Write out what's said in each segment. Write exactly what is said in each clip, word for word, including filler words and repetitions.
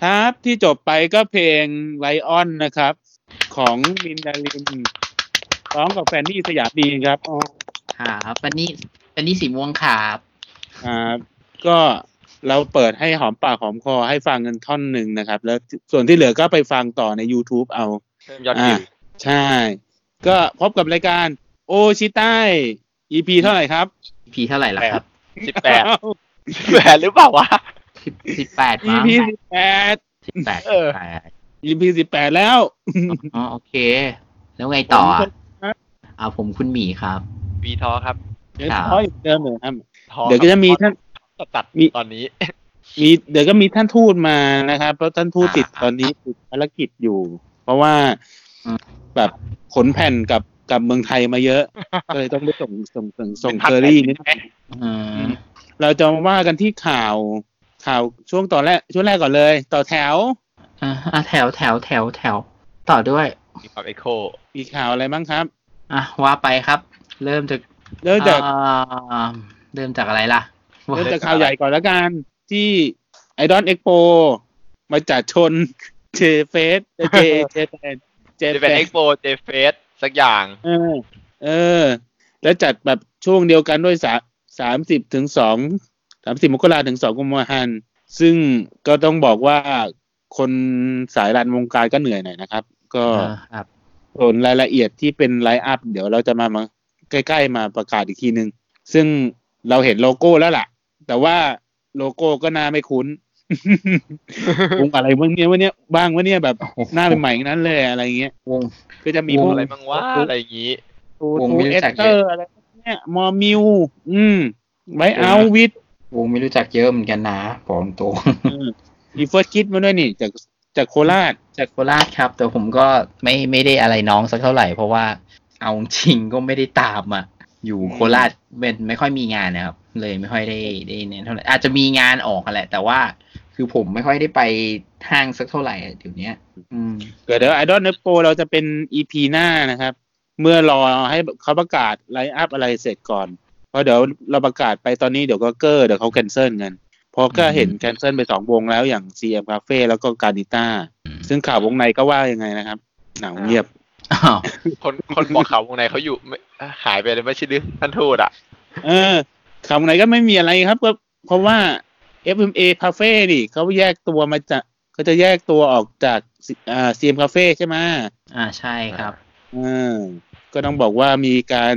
ครับที่จบไปก็เพลงไลออนนะครับของมินดาลินร้องกับแฟนนี่สยามดีครับอ๋อครับแฟนนี่แฟนนี่สีม่วงครับอ่าก็เราเปิดให้หอมปากหอมคอให้ฟังกันท่อนหนึ่งนะครับแล้วส่วนที่เหลือก็ไปฟังต่อใน YouTube เอาเพิ่มยอดวิวใช่ก็พบกับรายการโอชิใต้ อี พี เท่าไหร่ครับอี พี เท่าไหร่ล่ะครับสิบแปด สิบแปดหรือเปล่าวะสิบแปดมั้งอี พี สิบแปดสิบแปดเอออี พี สิบแปดแล้วอ๋อโอเคแล้วไงต่ออ่ะเอาผมคุณหมีครับวีท้อครับเดี๋ยวท้ออีกเดิมเลยครับเดี๋ยวก็จะมีท่านตัดตอนนี้มีเดี๋ยวก็มีท่านทูตมานะครับเพราะท่านทูตติดตอนนี้ติดภารกิจอยู่เพราะว่าแบบขนแผ่นกับกับเมืองไทยมาเยอะก็เลยต้องไปส่งส่งส่งส่งเคอรี่นิดนึงเราจะมาว่ากันที่ข่าวข่าวช่วงตอนแรกช่วงแรกก่อนเลยต่อแถวอ่าแถวแถวแถวแถวต่อด้วยมีความเอ็กโคมีข่าวอะไรบ้างครับอ่ะว่าไปครับเริ่มจากเริ่มจากเริ่มจากอะไรล่ะเริ่มจากข่าวใหญ่ก่อนแล้วกันที่ไอดอลเอ็กโปมาจัดชนเจเฟสเจเจแปนเจแปนเอ็กโปเจเฟสสักอย่างเออเออแล้วจัดแบบช่วงเดียวกันด้วยสามสิบถึงสองสามสิบมกราถึงสองกุมภาพันธ์ซึ่งก็ต้องบอกว่าคนสายรันวงการก็เหนื่อยหน่อยนะครับก็ส่วนรายละเอียดที่เป็นไลฟ์อัพเดี๋ยวเราจะมามาใกล้ๆมาประกาศอีกทีนึงซึ่งเราเห็นโลโก้แล้วล่ะแต่ว่าโลโก้ก็น่าไม่คุ้นวงอะไรวะเนี่ยวันนี้บ้างวะเนี่ยแบบหน้าเป็นใหม่นั้นเลยอะไรเงี้ยวงก็จะมีวงอะไรบ้างวะอะไรอย่างงี้วงมิเอสเตอร์อะไรเนี่ยมอมิวอืมไว้เอาวิทวงไม่รู้จักเยอะเหมือนกันนะผมโตมีเฟิร์สคิดมาด้วยนี่จากจากโคราชจากโคราชครับแต่ผมก็ไม่ไม่ได้อะไรน้องสักเท่าไหร่เพราะว่าเอาจริงก็ไม่ได้ตามอ่ะอยู่โคราชเป็นไม่ค่อยมีงานนะครับเลยไม่ค่อยได้ได้เน้นเท่าไหร่อาจจะมีงานออกแหละแต่ว่าคือผมไม่ค่อยได้ไปห้างสักเท่าไหร่เดี๋ยวนี้อืมเกิดเดี๋ยวไอดอลเนปโปเราจะเป็น อี พี หน้านะครับเมื่อรอให้เขาประกาศไลฟ์อัพอะไรเสร็จก่อนเพราะเดี๋ยวเราประกาศไปตอนนี้เดี๋ยวก็เกอร์เดี๋ยวเขาแคนเซิลกันพอก็เห็นแคนเซิลไปสองวงแล้วอย่าง ซี เอ็ม Cafe แล้วก็การดิต้าซึ่งข่าววงในก็ว่ายังไงนะครับหนาวเงียบคนคนบอกข่าววงในเขาอยู่หายไปเลยไม่ใช่หรือท่านทูตอ่ะเออข่าววงในก็ไม่มีอะไรครับก็เพราะว่า เอฟ เอ็ม เอ Cafe นี่เขาแยกตัวมาจากเขาจะแยกตัวออกจากอ่า ซี เอ็ม Cafe ใช่ไหมอ่าใช่ครับอ่าก็ต้องบอกว่ามีการ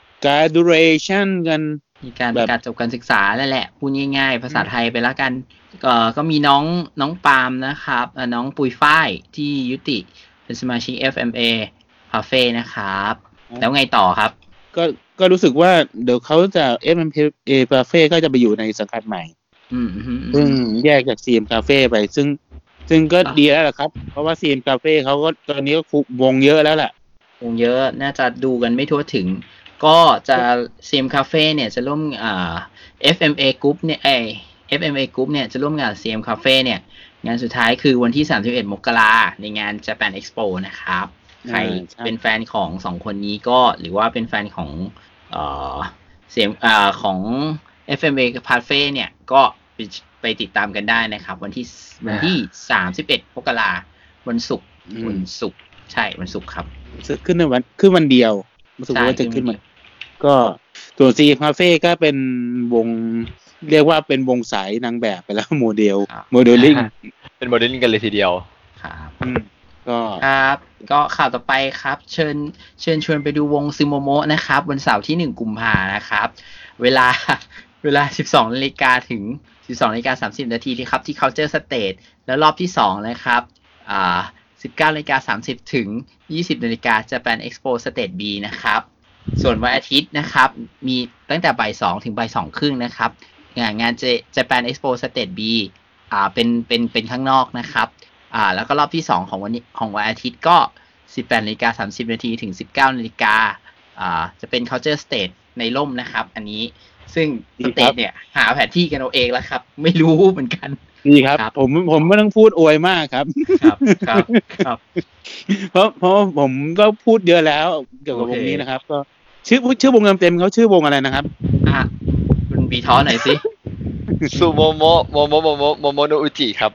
graduation กันมีการประกาศจบการศึกษาแล้วแหละพูดง่ายๆภาษาไทยไปแล้วกันก็ก็มีน้องน้องปาล์มนะครับน้องปุยฝ้ายที่ยุติเป็นสมาชิก เอฟ เอ็ม เอ Cafe นะครับแล้วไงต่อครับก็ก็รู้สึกว่าเดี๋ยวเขาจะ เอฟ เอ็ม เอ Cafe ก็จะไปอยู่ในสังกัดใหม่อืมซึ่งแยกจาก ซี เอ็ม Cafe ไปซึ่งซึ่งก็ดีแล้วล่ะครับเพราะว่า ซี เอ็ม Cafe เขาก็ตอนนี้ก็วงเยอะแล้วแหละวงเยอะน่าจะดูกันไม่ทั่วถึงก็จะ ซี เอ็ม Cafe เนี่ยจะร่วมอ่า เอฟ เอ็ม เอ Group เนี่ยไอ เอฟ เอ็ม เอ Group เนี่ยจะร่วมงาน ซี เอ็ม Cafe เนี่ยงานสุดท้ายคือวันที่สามสิบเอ็ดมกราคมในงาน Japan Expo นะครับใครเป็นแฟนของสองคนนี้ก็หรือว่าเป็นแฟนของเอ่อเสียงอ่าของ เอฟ เอ็ม เอ Cafe เนี่ยก็ไปไปติดตามกันได้นะครับวันที่วันที่สามสิบเอ็ดมกราคมวันศุกร์วันศุกร์ใช่วันศุกร์ครับขึ้นในวันขึ้นวันเดียวรู้สึกว่าจะขึ้นมาก็ส่วน ซี เอ็ม Cafe ก็เป็นวงเรียกว่าเป็นวงสายนางแบบไปแล้วโมเดลโมเดลลิ่งเป็นโมเดลลิ่งกันเลยทีเดียวครับก็ครับก็ข่าวต่อไปครับเชิญเชิญชวนไปดูวงซึโมโมะนะครับวันเสาร์ที่หนึ่งกุมภาพันธ์นะครับเวลาเวลา สิบสองนาฬิกา ถึง สิบสองนาฬิกาสามสิบนาทีที่ครับที่ Culture Stage แล้วรอบที่สองนะครับอ่า สิบเก้านาฬิกาสามสิบ ถึง ยี่สิบนาฬิกา Japan Expo Stage B นะครับส่วนวันอาทิตย์นะครับมีตั้งแต่บ่ายสองถึงบ่ายสองครึ่งนะครับงานงาน Japan Expo Stage B อ่าเป็นเป็นเป็นข้างนอกนะครับอ่าแล้วก็รอบที่สองของวันนี้ของวันอาทิตย์ก็ สิบแปดนาฬิกาสามสิบนาที ถึง สิบเก้านาฬิกาอ่าจะเป็น Culture Stage ในร่มนะครับอันนี้ซึ่งสเตจเนี่ยหาแผนที่กันเอาเองแล้วครับไม่รู้เหมือนกันดีครับผมผมไม่ต้องพูดอวยมากครับครับครับครับเพราะเพราะผมก็พูดเยอะแล้วเกี่ยวกับวงนี้นะครับก็ชื่อชื่อวงเต็มๆเขาชื่อวงอะไรนะครับอ่ะคุณบีท้อหน่อยสิซูโมโมโมโมโมโมโมโมโนอุจิครับค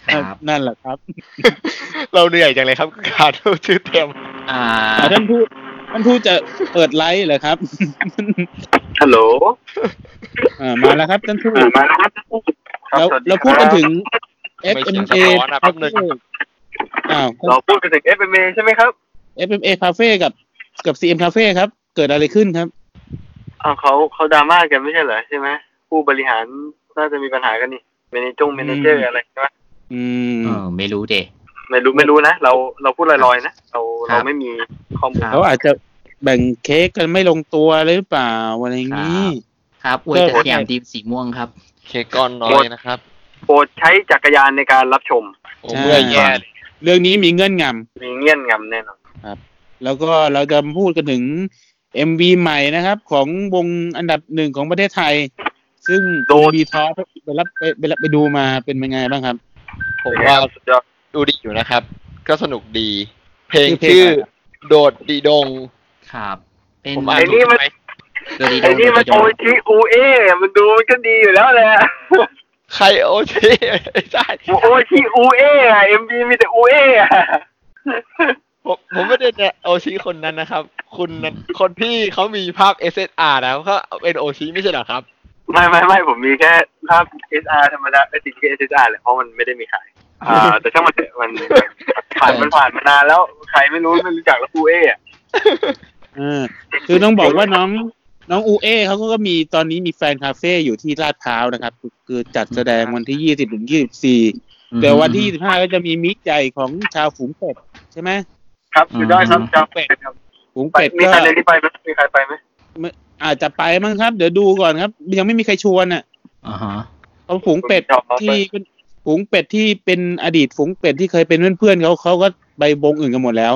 ครับนั่นแหละครับเราเหนื่อยจังเลยครับการพูดชื่อเต็มอ่าอ่าท่านผู้ท่านผู้จะเปิดไลฟ์เหรอครับฮัลโหลอ่ามาแล้วครับท่านผู้มาแล้วครับแล้วสวัสเราพูดกันถึงไม่เอฟ เอ็มเสียงเอสะท้อนนะแป๊บนึงอ้าวเราพูดกันถึง เอฟ เอ็ม เอ ใช่ไหมครับเอฟ เอ็ม เอ Cafe กับกับ ซี เอ็ม Cafe ครับ เกิดอะไรขึ้นครับอ้าวเขาเขาดราม่ากันไม่ใช่เหรอใช่ไหมผู้บริหารน่าจะมีปัญหากันนี่เมเนจงเมเนเจอร์อะไรใช่ไหมอืมเออไม่รู้เดะไม่รู้ไม่รู้นะเราเราพูดลอยๆนะเราครับเราไม่มีข้อมูลครับเขาอาจจะแบ่งเค้กกันไม่ลงตัวเลยหรือเปล่าอะไรอย่างนี้ครับอวยแต่สยามทีมสีม่วงครับเคก้อนน้อยนะครับโปรดใช้จักรยานในการรับชมโอ้เมื่อยแย่เลยเรื่องนี้มีเงื่อนงมีเงี้ยนงำแน่นอนำแล้วก็เราจะพูดกันถึง เอ็ม วี ใหม่นะครับ ของวงอันดับหนึ่งของประเทศไทย ซึ่งบีทอไปรับไปไปรับไปดูมาเป็นยังไงบ้างครับผมว่าสุดยอดดูดีอยู่นะครับ ก็สนุกดี เพลงชื่อเพลงชื่ออะไรครับโดดดีดงครับ เป็นผมอ่านไอ้ถูนี่กมันไหมโดดีโดไอ้นี่มันโดโอโดชิอูเอมันดูมันก็ดีอยู่แล้วแหละใครโอเชใช่โอชิอูเออะเอ็มบีมีแต่อูเออะผมผมไม่ได้เนี่ยโอชิคนนั้นนะครับ คุณนั้นคนที่เขามีภาพ เอส เอส อาร์ นะเขาเป็นโอชิไม่ใช่เหรอครับไม่ไม่ไม่ผมมีแค่ภาพ เอส อาร์ ธรรมดาไอ้ติดแค่ เอส อาร์ แหละเพราะมันไม่ได้มีขายอ่าแต่ช่างมันเถอะมันผ่านมันผ่านมานานแล้วใครไม่รู้ไม่รู้จักแล้วอูเออะเออคือต้องบอกว่าน้องน้องอูเอเขาก็มีตอนนี้มีแฟนคาเฟ่อยู่ที่ลาดพร้าวนะครับ คือจัดแสดงวันที่ยี่สิบถึงยี่สิบสี่เดี๋ยววันที่ยี่สิบห้าก็จะมีมิตรใหญ่ของชาวฝูงเป็ดใช่ไหมครับสุดยอดครับจำเป็ดครับฝูงไปเป็ดมีก็ใครในนี้ไปไหมมีใครไปไหมอาจจะไปมั้งครับ เดี๋ยวดูก่อนครับ ยังไม่มีใครชวนอ่ะอ่าฮะเพราะฝูงเป็ดที่เป็นฝูงเป็ดที่เป็นอดีตฝูงเป็ดที่เคยเป็นเพื่อนๆเขาเขาก็ไปวงอื่นกันหมดแล้ว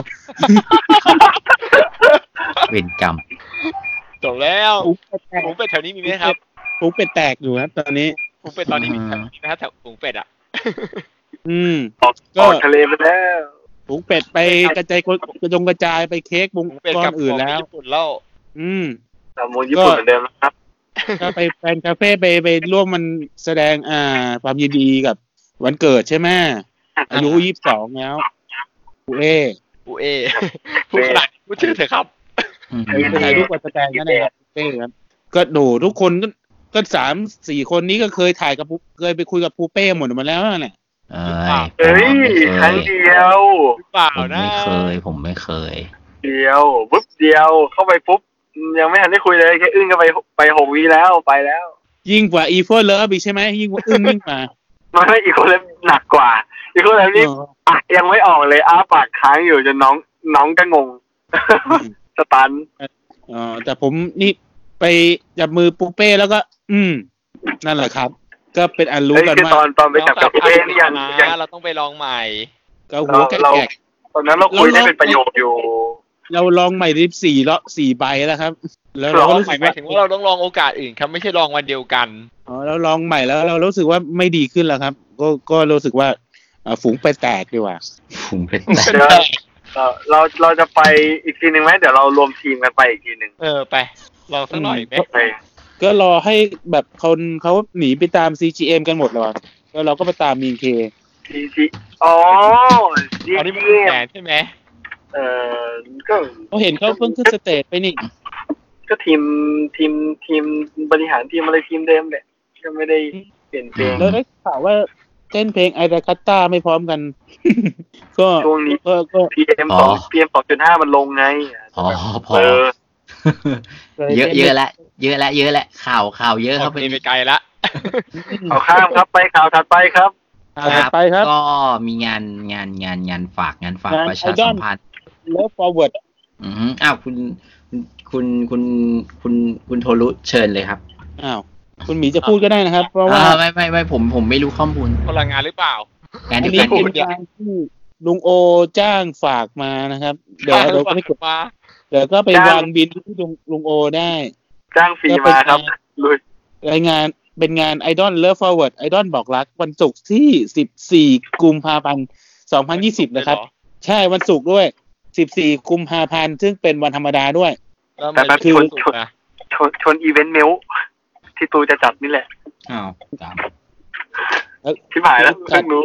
เวรกรรมจบแล้วฝูงเป็ดแตกฝูงเป็ดแถวนี้มีไหมครับฝูงเป็ดแตกอยู่ครับตอนนี้ฝูงเป็ดตอนนี้มีแถวนี้ไหมครับแถวฝูงเป็ดอ่ะอืมออกก็ออกทะเลไปแล้วฝูงเป็ดไปกระจายกระจงกระจายไปเค้กวงฝูงเป็ดก้อกับนอื่นแล้วญี่ปุ่นเล่าอืมสามโมงญี่ปุ่นเหมือนเดิมนะครับก็ไปแฟนคาเฟ่ไปไปร่วมมันแสดงอ่าความยินดีกับวันเกิดใช่ไหมอายุยี่สิบสองแล้วอูเออูเอพูดขนาดพูดชื่อเถอะครับอืมไปถ่ายรูปกับแสดงนั่นแหละอูเอครับก็ดูทุกคนก็ก็สามสี่คนนี้ก็เคยถ่ายกับปูเคยไปคุยกับปูเป้หมดมาแล้วนั่นแหละเอ้ยเฮ้ยผมครั้งไม่เคยเดียวหรือเปล่าผมนะไม่เคย ผมไม่เคยเดียวปุ๊บเดียวเข้าไปปุ๊บยังไม่ทันได้คุยเลยแค่อึ้งก็ไปไปหกวีแล้วไปแล้วยิ่งกว่าอีโฟเลิฟอีกใช่ไหมยิ่งกว่าอึ้งยิ่งกว่ามันไม่อีกคนเลยหนักกว่า อีกคนเลยนี่ปากยังไม่ออกเลยอ้าปากค้างอยู่จนน้องน้องก็งง สตันอ๋อแต่ผมนี่ไปจับมือปูเป้แล้วก็ อืม นั่นแหละครับ ก็เป็นอันรู้เฮ้ยกันคือว่าตอนตอนไปจับกับเป้นี่ยังนะยังเราต้องไปลองใหม่เกาหัวแกเรากตอนนั้นเราคุยได้เป็นประโยคอยู่ๆเราลองใหม่ริบสี่เลาะสี่ใบแล้วครับ แล้วลเราองก็ลองรู้ใหม่สึกหมายว่าถึงว่าเราต้องลองโอกาสอื่นครับไม่ใช่ลองวันเดียวกันอ๋อเราลองใหม่แล้วเรารู้สึกว่าไม่ดีขึ้นแล้วครับ ก็ก็รู้สึกว่าอ่าฝูงไปแตกดีกว่าผมเป็นแต่เดี๋ยวเอ่อเราเราจะไปอีกทีหนึ่งไหมเดี๋ยวเรารวมทีมกันไปอีกทีหนึ่งเออไปลองสักหน่อยไหมไปก็รอให้แบบคนเขาหนีไปตาม ซี จี เอ็ม กันหมดแล้วอะแล้วเราก็ไปตามมีเคทีทีอ๋อดีอันนี้มันทีแสนใช่ไหมเอ่อก็เขาเห็นเขาเพิ่งขึ้นสเตจไปนี่ก็ทีมทีมทีมบริหารทีมอะไรทีมเดิมแหละก็ไม่ได้เปลี่ยนแปลงแล้วได้ข่าวว่าเต้นเพลงไอราคัตตาไม่พร้อมกัน ก็ช่วงนี้ก็ก็พีเอ็มสองพีเอ็มสองจุดห้ามันลงไงพอพอเออเยอะเยอะแล้วเยอะแล้วเยอะแล้วข่าวข่าวเยอะอเข้าอกไปไปไกลละเอาข้ามครับไปข่าวถัดไปครับอ่าถัดไปครับก็มีงานงานงานงานฝากงานฝากงานประชาสัมพันธ์เลิฟฟอร์เวิร์ดอืมอ้าวคุณคุณคุณคุณคุณโทรุเชิญเลยครับอ้าวคุณหมีจะพูดก็ได้นะครับ เพราะว่าอ่าไม่ไม่ไม่ผมผมไม่รู้ข้อมูลพลังงานหรือเปล่างานอันเดียวนี้กันเป็นงานที่ลุงโอจ้างฝากมานะครับ เดี๋ยวเราก็ไม่กดมาเดี๋ยวก็ไปจ้างวางบินที่ลุงลุงโอได้จ้างฟรีมาครับลุยรายงานเป็นงานไอดอลเลิฟฟอร์เวิร์ดไอดอลบอกรักวันศุกร์ที่สิบสี่กุมภาพันธ์สองพันยี่สิบนะครับ ใช่วันศุกร์ด้วยสิบสี่กุมภาพันธ์ซึ่งเป็นวันธรรมดาด้วยแล้วมันแต่คือชนชน ชนชนอีเวนต์เมลที่ตูจะจัดนี่แหละอ้าวตามที่หมายแล้วเพิ่งรู้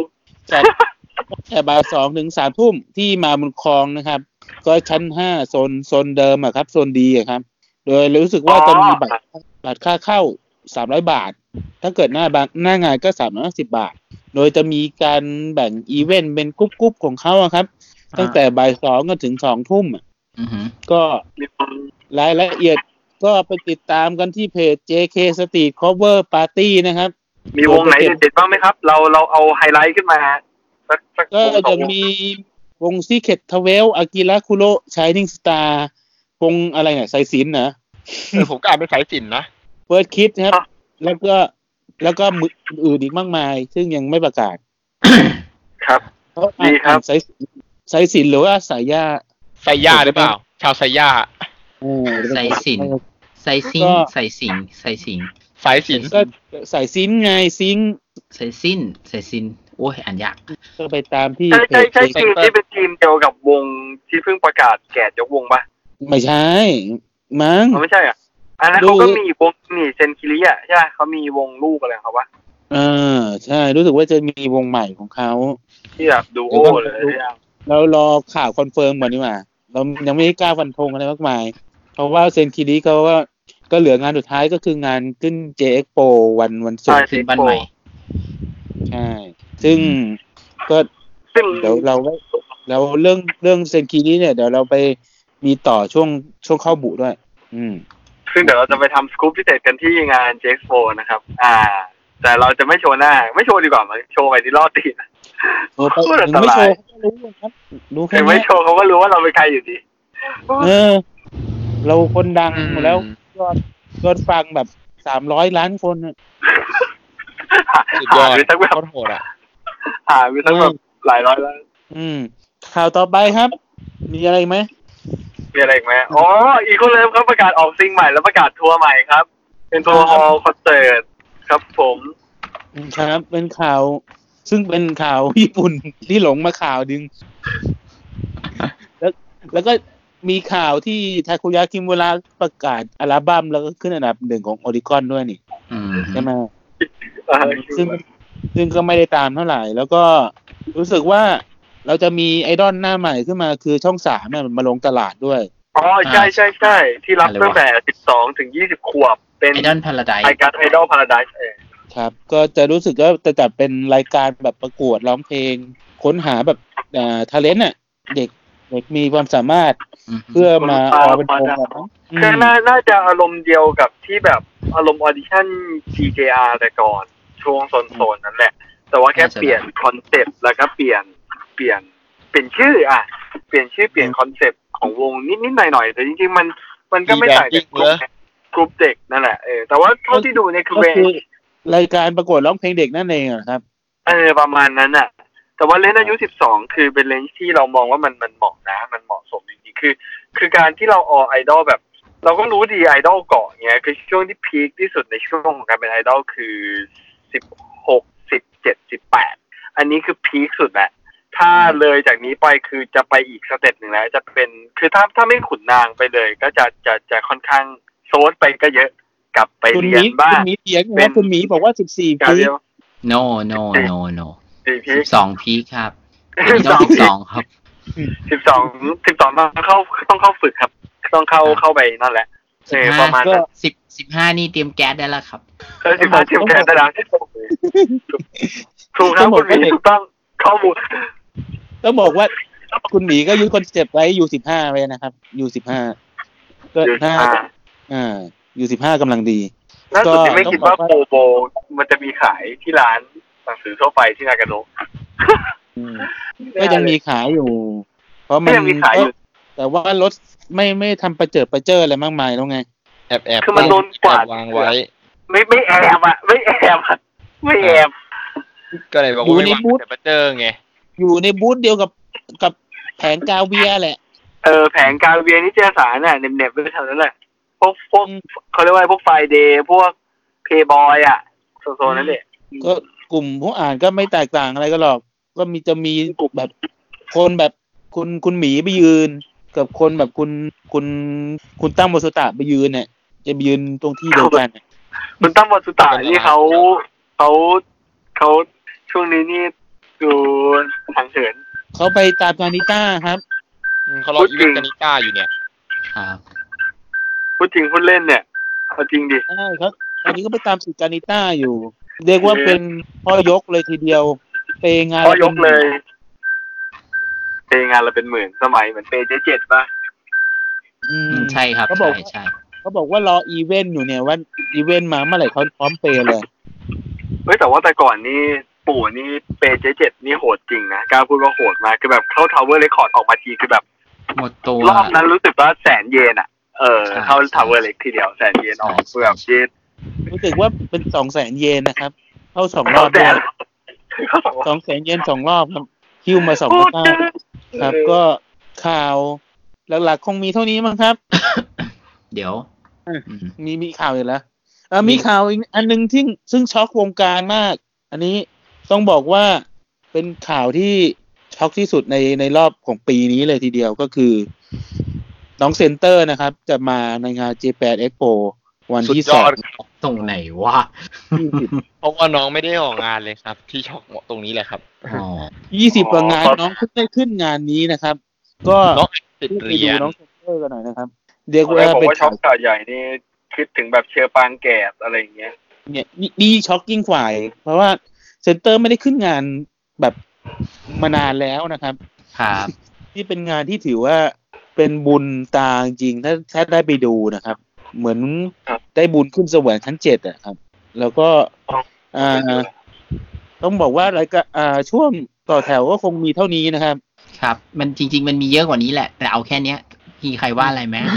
จัดแต่บ่ายสองถึงสามทุ่มที่มาบุญครองนะครับก็ชั้นห้าโซนโซนเดิมอะครับโซนดีอะครับโดยรู้สึกว่าจะมีบัตรบัตรค่าเข้าสามร้อยบาทถ้าเกิดหน้าบางหน้างานก็สามร้อยห้าสิบบาทโดยจะมีการแบ่งอีเวนต์เป็นกรุ๊ปๆของเขาอะครับตั้งแต่บ่ายสองก็ถึงสองทุ่มอ่ะก็รายละเอียดก็ไปติดตามกันที่เพจ เจ เค Street Cover Party นะครับมีวงไหนเด็ดๆบ้างไหมครับเราเราเอาไฮไลท์ขึ้นมาสักสักก็จะมีวง Secret Twelve Akira Kuro Shining Star วงอะไรเนี่ยสายสิญจน์นะเออผมก็อ่านเป็นสายสิญจน์นะ First Kiss ครับแล้วก็แล้วก็มืออื่นอีกมากมายซึ่งยังไม่ประกาศครับดีครับสายสายสิญจน์หรือว่าสายย่าสายย่าหรือเปล่าชาวสายย่าสายสิญจน์สายสิงสายสิงสายสิงสายสิญจน์ก็สายสิญจน์ไงซิงสายสิญจน์สายสิญจน์โอ้ยอ่านยากก็ไปตามที่ใช่ใช่ใช่ทีมที่เป็นทีมเดียวกับวงที่เพิ่งประกาศแกะยกวงป่ะไม่ใช่มั้งไม่ใช่อ่ะอันนั้นเขาก็มีวงนี่เซนคิริอ่ะใช่เขามีวงลูกอะไรของเขาวะเออใช่รู้สึกว่าจะมีวงใหม่ของเขาที่แบบดูโอเลยเรารอข่าวคอนเฟิร์มก่อนดีกว่าเรายังไม่กล้าฟันธงอะไรมากมายเพราะว่าเซนคิริเขาว่าก็เหลืองานสุดท้ายก็คืองานขึ้น เจ เอ็กซ์ โป วันวันศุกร์ขึ้นบ้านใหม่ใช่ซึ่งก็เดี๋ยวเราเราเรื่องเรื่องเซนคิริเนี่ยเดี๋ยวเราไปมีต่อช่วงช่วงเข้าบุด้วยอืมซึ่งเดี๋ยวเราจะไปทำสกู๊ปพิเศษกันที่งาน เจ เอ็กซ์ โป นะครับอ่าแต่เราจะไม่โชว์หน้าไม่โชว์ดีกว่ามาโชว์ไปที่รอดตีนะโอ้แต่ไม่โชว์เขารู้ครับรู้แค่ไม่โชว์เขาก็รู้ว่าเราเป็นใครอยู่ดีเออเราคนดังแล้วยอดยอดฟังแบบสามร้อยล้านคนอ่ะสุดยอดมีทั้งแบบโหดอ่ะหามีทั้งแบบหลายร้อยล้านอืมข่าวต่อไปครับมีอะไรไหมมีอะไรไหมอ๋ออีโคเลิฟเขาประกาศออกซิงใหม่แล้วประกาศทัวร์ใหม่ครับเป็นทัวร์ฮอลล์คอนเสิร์ตครับผมครับเป็นข่าวซึ่งเป็นข่าวญี่ปุ่นที่หลงมาข่าวดึงแล้วแล้วก็มีข่าวที่ทาคุยะคิมุระประกาศอัลบั้มแล้วก็ขึ้นอันดับหนึ่งของออริคอนด้วยนี่ใช่ไหมซึ่งซึ่งก็ไม่ได้ตามเท่าไหร่แล้วก็รู้สึกว่าเราจะมีไอดอลหน้าใหม่ขึ้นมาคือช่องสามเนี่ยมาลงตลาดด้วยอ๋อใช่ใช่ใช่ที่รับตั้งแต่สิบสองถึงยี่สิบขวบเป็นไอดอลพาราไดซ์รายการไอดอลพาราไดซ์เองครับก็จะรู้สึกว่าจะจัดเป็นรายการแบบประกวดร้องเพลงค้นหาแบบอ่าทาเลนต์น่ะเด็กเด็กมีความสามารถเพื่อมาออเป็นวงแบบคือน่าจะอารมณ์เดียวกับที่แบบอารมณ์ออดิชั่น ที เจ อาร์ แต่ก่อนช่วงโซนๆนั่นแหละแต่ว่าแค่เปลี่ยนคอนเซ็ปต์แล้วก็เปลี่ยนเปลี่ยนเปลี่ยนชื่ออ่ะเปลี่ยนชื่อเปลี่ยนคอนเซ็ปต์ของวงนิดๆหน่อยๆแต่จริงๆมันมันก็ไม่ต่างจากกลุ่มเด็กนั่นแหละเออแต่ว่าเท่าที่ดูในคือรายการประกวดร้องเพลงเด็กนั่นเองเหรอครับเออประมาณนั้นอ่ะแต่ว่าเลนอายุสิบสองคือเป็นเลนที่เรามองว่ามันมันเหมาะนะมันเหมาะสมจริงๆคือคือการที่เราออไอดอลแบบเราก็รู้ดีไอดอลเกาะเงี้ยคือช่วงที่พีคที่สุดในช่วงของการเป็นไอดอลคือสิบหก สิบเจ็ด สิบแปดอันนี้คือพีคสุดแหละถ้าเลยจากนี้ไปคือจะไปอีกสเต็ปหนึ่งแล้วจะเป็นคือถ้าถ้าไม่ขุนนางไปเลยก็จะจะจะค่อนข้างโซนไปก็เยอะกลับไปเรียนบ้างคุณหมีเถียงว่าคุณหมีบอกว่าสิบสี่พีค no no no no สิบสองพีคครับต้องสิบสองครับสิบสอง สิบสองต้องเข้าต้องเข้าฝึกครับต้องเข้าเข้าไปนั่นแหละเออประมาณนั้นสิบ สิบห้านี่เตรียมแก๊สได้แล้วครับเออสิบห้าเตรียมแก๊สได้แล้วถูกครับคุณหมีถูกต้องข้อมูลต้องบอกว่าคุณหมีก็ยึดคอนเซ็ปต์ไว้อยู่สิบห้าไว้นะครับอยู่สิบห้าก็น่าอ่าอยู่สิบห้ากำลังดีล่าสุดที่ไม่คิดว่าโปโบมันจะมีขายที่ร้านหนังสือทั่วไปที่นากาโนะก็ยังมีขายอยู่เพราะมันยังมีขายอยู่แต่ว่ารถไม่ไม่ทำประเจิดประเจิดอะไรมากมายแล้วไงแอบแอบคือมันโดนกวาดวางไว้ไม่ไม่แอบอ่ะไม่แอบไม่แอบก็เลยบอกว่าไม่วางแต่ประเจิดไงอยู่ในบูธเดียวกับกับแผงกาเวียแหละเออแผงกาเวียนิตยสารน่ะเน็บๆไปเท่านั้นแหละพวกพวกเขาเรียกว่าพวกไฟเดย์พวกเพย์บอยอ่ะโซนๆนั่นแหละก็กลุ่มผู้อ่านก็ไม่แตกต่างอะไรก็หรอกก็มีจะมีกลุ่มแบบคนแบบคุณคุณหมีไปยืนกับคนแบบคุณคุณคุณตั้งโมสุตะไปยืนเนี่ยจะไปยืนตรงที่เดียวกันคุณตั้งโมสุตะนี่เขาเขาเขาช่วงนี้นี่ดูทางเหินเขาไปตามกานิต้าครับอืมเขารออีเวนต์กานิก้าอยู่เนี่ยครับพูดจริงพูดเล่นเนี่ยเอาจริงดิใช่ครับตอนนี้ก็ไปตามสิกานิต้าอยู่ เรียกว่าเป็นพ่อยกเลยทีเดียวเปงานพ่อยกเลยเปงานเราเป็นหมื่นสมัยเหมือนเปเจเจ็ดป่ะอือืมมใช่ครับเขาบอกใช่ใช่เขาบอกว่ารออีเวนต์อยู่เนี่ยว่าอีเวนต์มาเมื่อไหร่เขาพร้อมเปย์เลยเฮ้ยแต่ว่าแต่ก่อนนี่ปู่นี่เปเจเจ็ดนี่โหดจริงนะกล้าพูดว่าโหดมากคือแบบเข้าทาวเวอร์เรคคอร์ดออกมาทีคือแบบหมดตัวรอบนั้นรู้สึกว่าแสนเยนอ่ะเออใช่เข้าใช่ทาวเวอร์เล็กทีเดียวแสนเยนออกใช่คือแบบเยนรู้สึกว่าเป็นสองแสนเยนนะครับ เข้าสองรเข้าอบแสด้วยนเข้าสองสองแสนเยนสองรอบครับฮิวมาสองโคพันตรเก้าเยอะครับ ก็ข่าวหลักๆคงมีเท่านี้มั้งครับเดี๋ยวอืมอืมมีมีข่าวอีกแล้วเออมีมีข่าวอีกอันหนึงที่ซึ่งช็อกวงการมาก อันนี้ต้องบอกว่าเป็นข่าวที่ช็อกที่สุดในในรอบของปีนี้เลยทีเดียวก็คือ น้องเซนเตอร์นะครับ จะมาในงาน Japan Expo วันสุดที่ยสออง ดตรงไหนวะยี่สิบเพราะว่าน้องไม่ได้ออกงานเลยครับ ที่ช็อกตรงนี้แหละครับอ๋อยี่สิบกว่างานน้องเพิ่งได้ขึ้นงานนี้นะครับ ก็น้องติดไปเรีดูยนน้องเซนเตอร์กันหน่อยนะครับเรียกตอนแรว่ากบอกเป็นว่าช็อข่าก วข่าวใหญ่นี่คิดถึงแบบเชอปางแกดอะไรอย่างเงี้ยเนี่ยนี่นี่ช็อกยิ่งกว่าอีกเพราะว่าเซนเตอร์ไม่ได้ขึ้นงานแบบมานานแล้วนะครับครับที่เป็นงานที่ถือว่าเป็นบุญตาจริงถ้าถ้าได้ไปดูนะครับ เหมือนครับได้บุญขึ้นสวรรค์ชั้นเจ็ดอะครับ แล้วก็ อ่า ต้องบอกว่ารายการอ่าช่วงต่อแถวก็คงมีเท่านี้นะครับครับ มันจริง ๆ มันมีเยอะกว่านี้แหละ แต่เอาแค่เนี้ยมีใครว่าอะไรไหม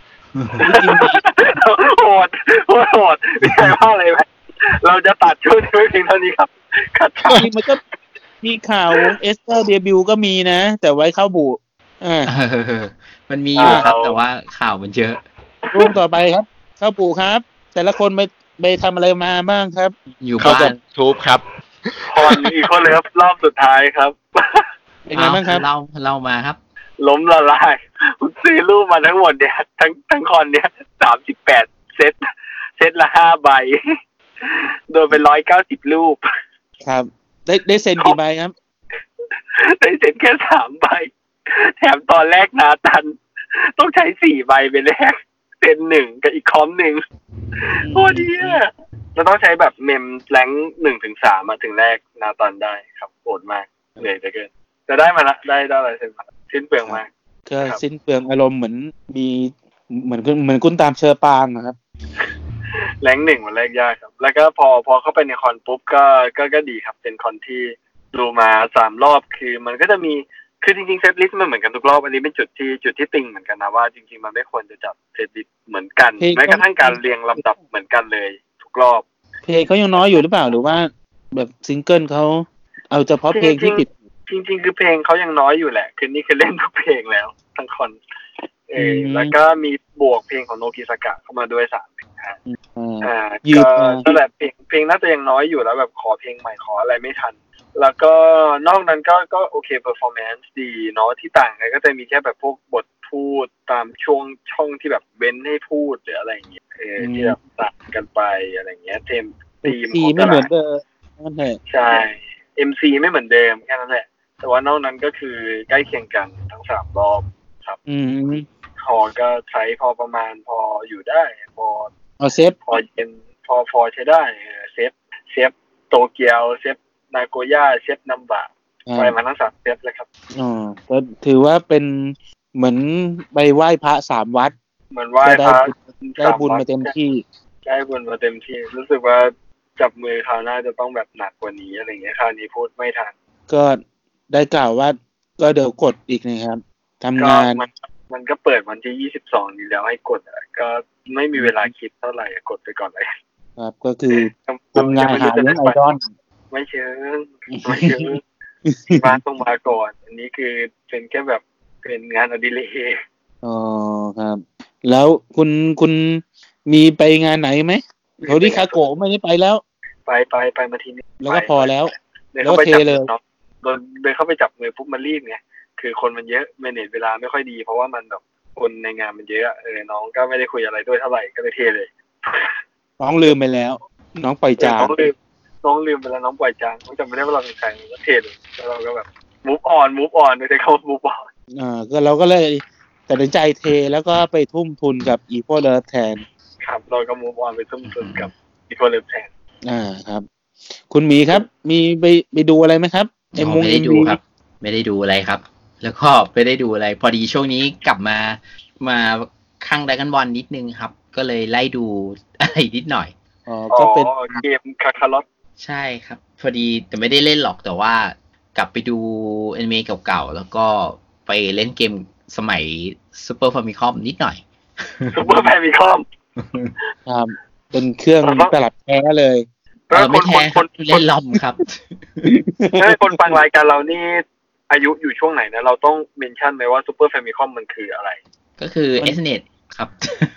โหดโหดโหดไม่ใช่ว่าอะไรไหมเราจะตัดช่วงนี้ไว้เพียงเท่านี้ครับคัดจริงๆมันก็มีข่าวเอสเตอร์เดบิวก็มีนะ แต่ไว้เข้าบุอ่าเออมันมีอยู่ครับ แต่ว่าข่าวมันเยอะช่วงต่อไปครับ เข้าบุครับ แต่ละคนไปไปทำอะไรมาบ้างครับอยู่เข้าบ้ากับนทูบครับคอนอีกคนเลยครับรอบสุดท้ายครับเป็นไงบ้างครับเล่าเล่ามาครับล้มละลายผมซื้อรูปมาทั้งหมดเนี่ยทั้งทั้งคอนเนี่ยสามสิบแปดเซตเซตละห้าใบ โดนไปร้อยเก้าสิบรูปครับ ได้ได้เซ็นกี่ใบครับได้เซ็ตแค่สามใบ แถมตอนแรกนาตัน ต้องใช้สี่ใบไปแรกเซ็นหนึ่งกับอีกคอมหนึ่งโคตรดีอะเราต้องใช้แบบเมมแรงหนึ่งถึงสามมาถึงแรกนาตันได้ครับโหดมากเหนื่อยเหลือเกินแต่ได้มาละได้ได้อะไรเซ็นมาสิ้นเปลืองมากก็สิ้นเปลืองอารมณ์เหมือนมีเหมือนคุณเหมือนคุณตามเชอปางนะครับแรงหนึ่งมันแรกยากครับ แล้วก็พอพอเข้าไปในคอนปุ๊บก็ก็ก็ดีครับเป็นคอนที่ดูมาสามรอบคือมันก็จะมีคือจริงๆเซตลิสต์มันเหมือนกันทุกรอบอันนี้เป็นจุดที่จุดที่ติงเหมือนกันนะว่าจริงๆมันไม่ควรจะจับเซตลิสต์เหมือนกันเพลงแม้กระทั่งการเรียงลำดับเหมือนกันเลยทุกรอบเพลงเขายังน้อยอยู่หรือเปล่าหรือว่าแบบซิงเกิลเขาเอาเฉพาะเพลงที่ติดจริงๆคือเพลงเขายังน้อยอยู่แหละคือนี่คือเล่นทุกเพลงแล้วทั้งคอนเอออืมแล้วก็มีบวกเพลงของโนกิสากะเข้ามาด้วยสามเพลงนะอ่าอ่ายืดก็มานั่นแหละเพลงเพลงน่าจะยังน้อยอยู่แล้วแบบขอเพลงใหม่ขออะไรไม่ทัน แล้วก็นอกนั้นก็ก็โอเคเปอร์ฟอร์แมนซ์ดีเนาะที่ต่างกันก็จะมีแค่แบบพวกบทพูดตามช่วงช่องที่แบบเว้นให้พูดหรืออะไรอย่างเงี้ยเออที่แบบต่างกันไปอะไรอย่างเงี้ยเทมทีมทีของไม่แต่เหมืละอนเดิมนั่นแหละใช่ เอ็ม ซี ไม่เหมือนเดิมแค่นั้นแหละ แต่ว่านอกนั้นก็คือใกล้เคียงกันทั้งสามรอบครับอืมฮอก็ใช้พอประมาณพออยู่ได้พอเอาเซฟพอเย็นพอพอใช้ได้เออเซฟเซฟโตเกียวเซฟนาโกย่าเซฟนัมบะอ่าไปมาทั้งสามเซฟเลยครับอ๋อก็ถือว่าเป็นเหมือนไปไหว้พระสามวัดเหมือนไหว้ก็ได้พระได้บุญมาเต็มที่ได้บุญมาเต็มที่ รู้สึกว่าจับมือคราวหน้าจะต้องแบบหนักกว่านี้อะไรเงี้ยคราวนี้พูดไม่ทันก็ได้กล่าวว่าก็เดี๋ยวกดอีกนะครับทำก็งานมันมันก็เปิดวันที่ยี่สิบสองนี้แล้วให้กดอ่ะก็ไม่มีเวลาคิดเท่าไหร่กดไปก่อนเลยครับก็คือทำงานหาเลี้ยงไอดอลไม่เชิงไม่เชิงมาต้องมาก่อน อันนี้คือเป็นแค่แบบเป็นงานอดิเรกอ๋อครับ แล้วคุณคุณมีไปงานไหนไหมโทริคาโกะไม่ได้ไปแล้วไปไปไปมาทีนี้แล้วก็พอแล้วเดินเข้าไปจับแล้วเทเลยมือเนาะโดนเดินเข้าไปจับมือปุ๊บมันรีบไงคือคนมันเยอะเมเนจเวลาไม่ค่อยดี เพราะว่ามันแบบคนในงานมันเยอะเออน้องก็ไม่ได้คุยอะไรด้วยเท่าไหร่ก็เลยเทเลยน้องลืมไปแล้ว น้องปล่อยจาน้องลืมน้องลืมไปแล้วน้องปล่อยจางน้องจำไม่ได้ว่าเราเป็นใครก็เทเลยแล้วเราก็แบบ move on move on โดยใช้คำว่า move on อ่าก็เราก็เลยตัดสินใจเทแล้วก็ไปทุ่มทุนกับ Evo เลยแทนครับเราก็ move on ไปทุ่มทุนกับ Evo เลยแทนอ่าครับคุณหมีครับมีไปไปดูอะไรไหมครับเอ็มไม่ได้ดูครับไม่ได้ดูอะไรครับแล้วก็ไม่ได้ดูอะไรพอดีช่วงนี้กลับมามาข้าง Dragon Ball นิดนึงครับก็เลยไล่ดูอะไรนิดหน่อยอ๋อก็เป็นเกมคาคาลอตใช่ครับพอดีแต่ไม่ได้เล่นหรอกแต่ว่ากลับไปดูแอนิเมะเก่าๆแล้วก็ไปเล่นเกมสมัย Super Famicom นิดหน่อย Super Famicom ครับเป็นเครื่องตลับแท้เลยเออไม่แท้ครับเล่นลอมครับถ้าคนฟังรายการเรานี่อายุอยู่ช่วงไหนนะเราต้องเมนชั่นไหมว่า Super Famicom มันคืออะไรก็คือ เอส เอ็น อี ที ครับ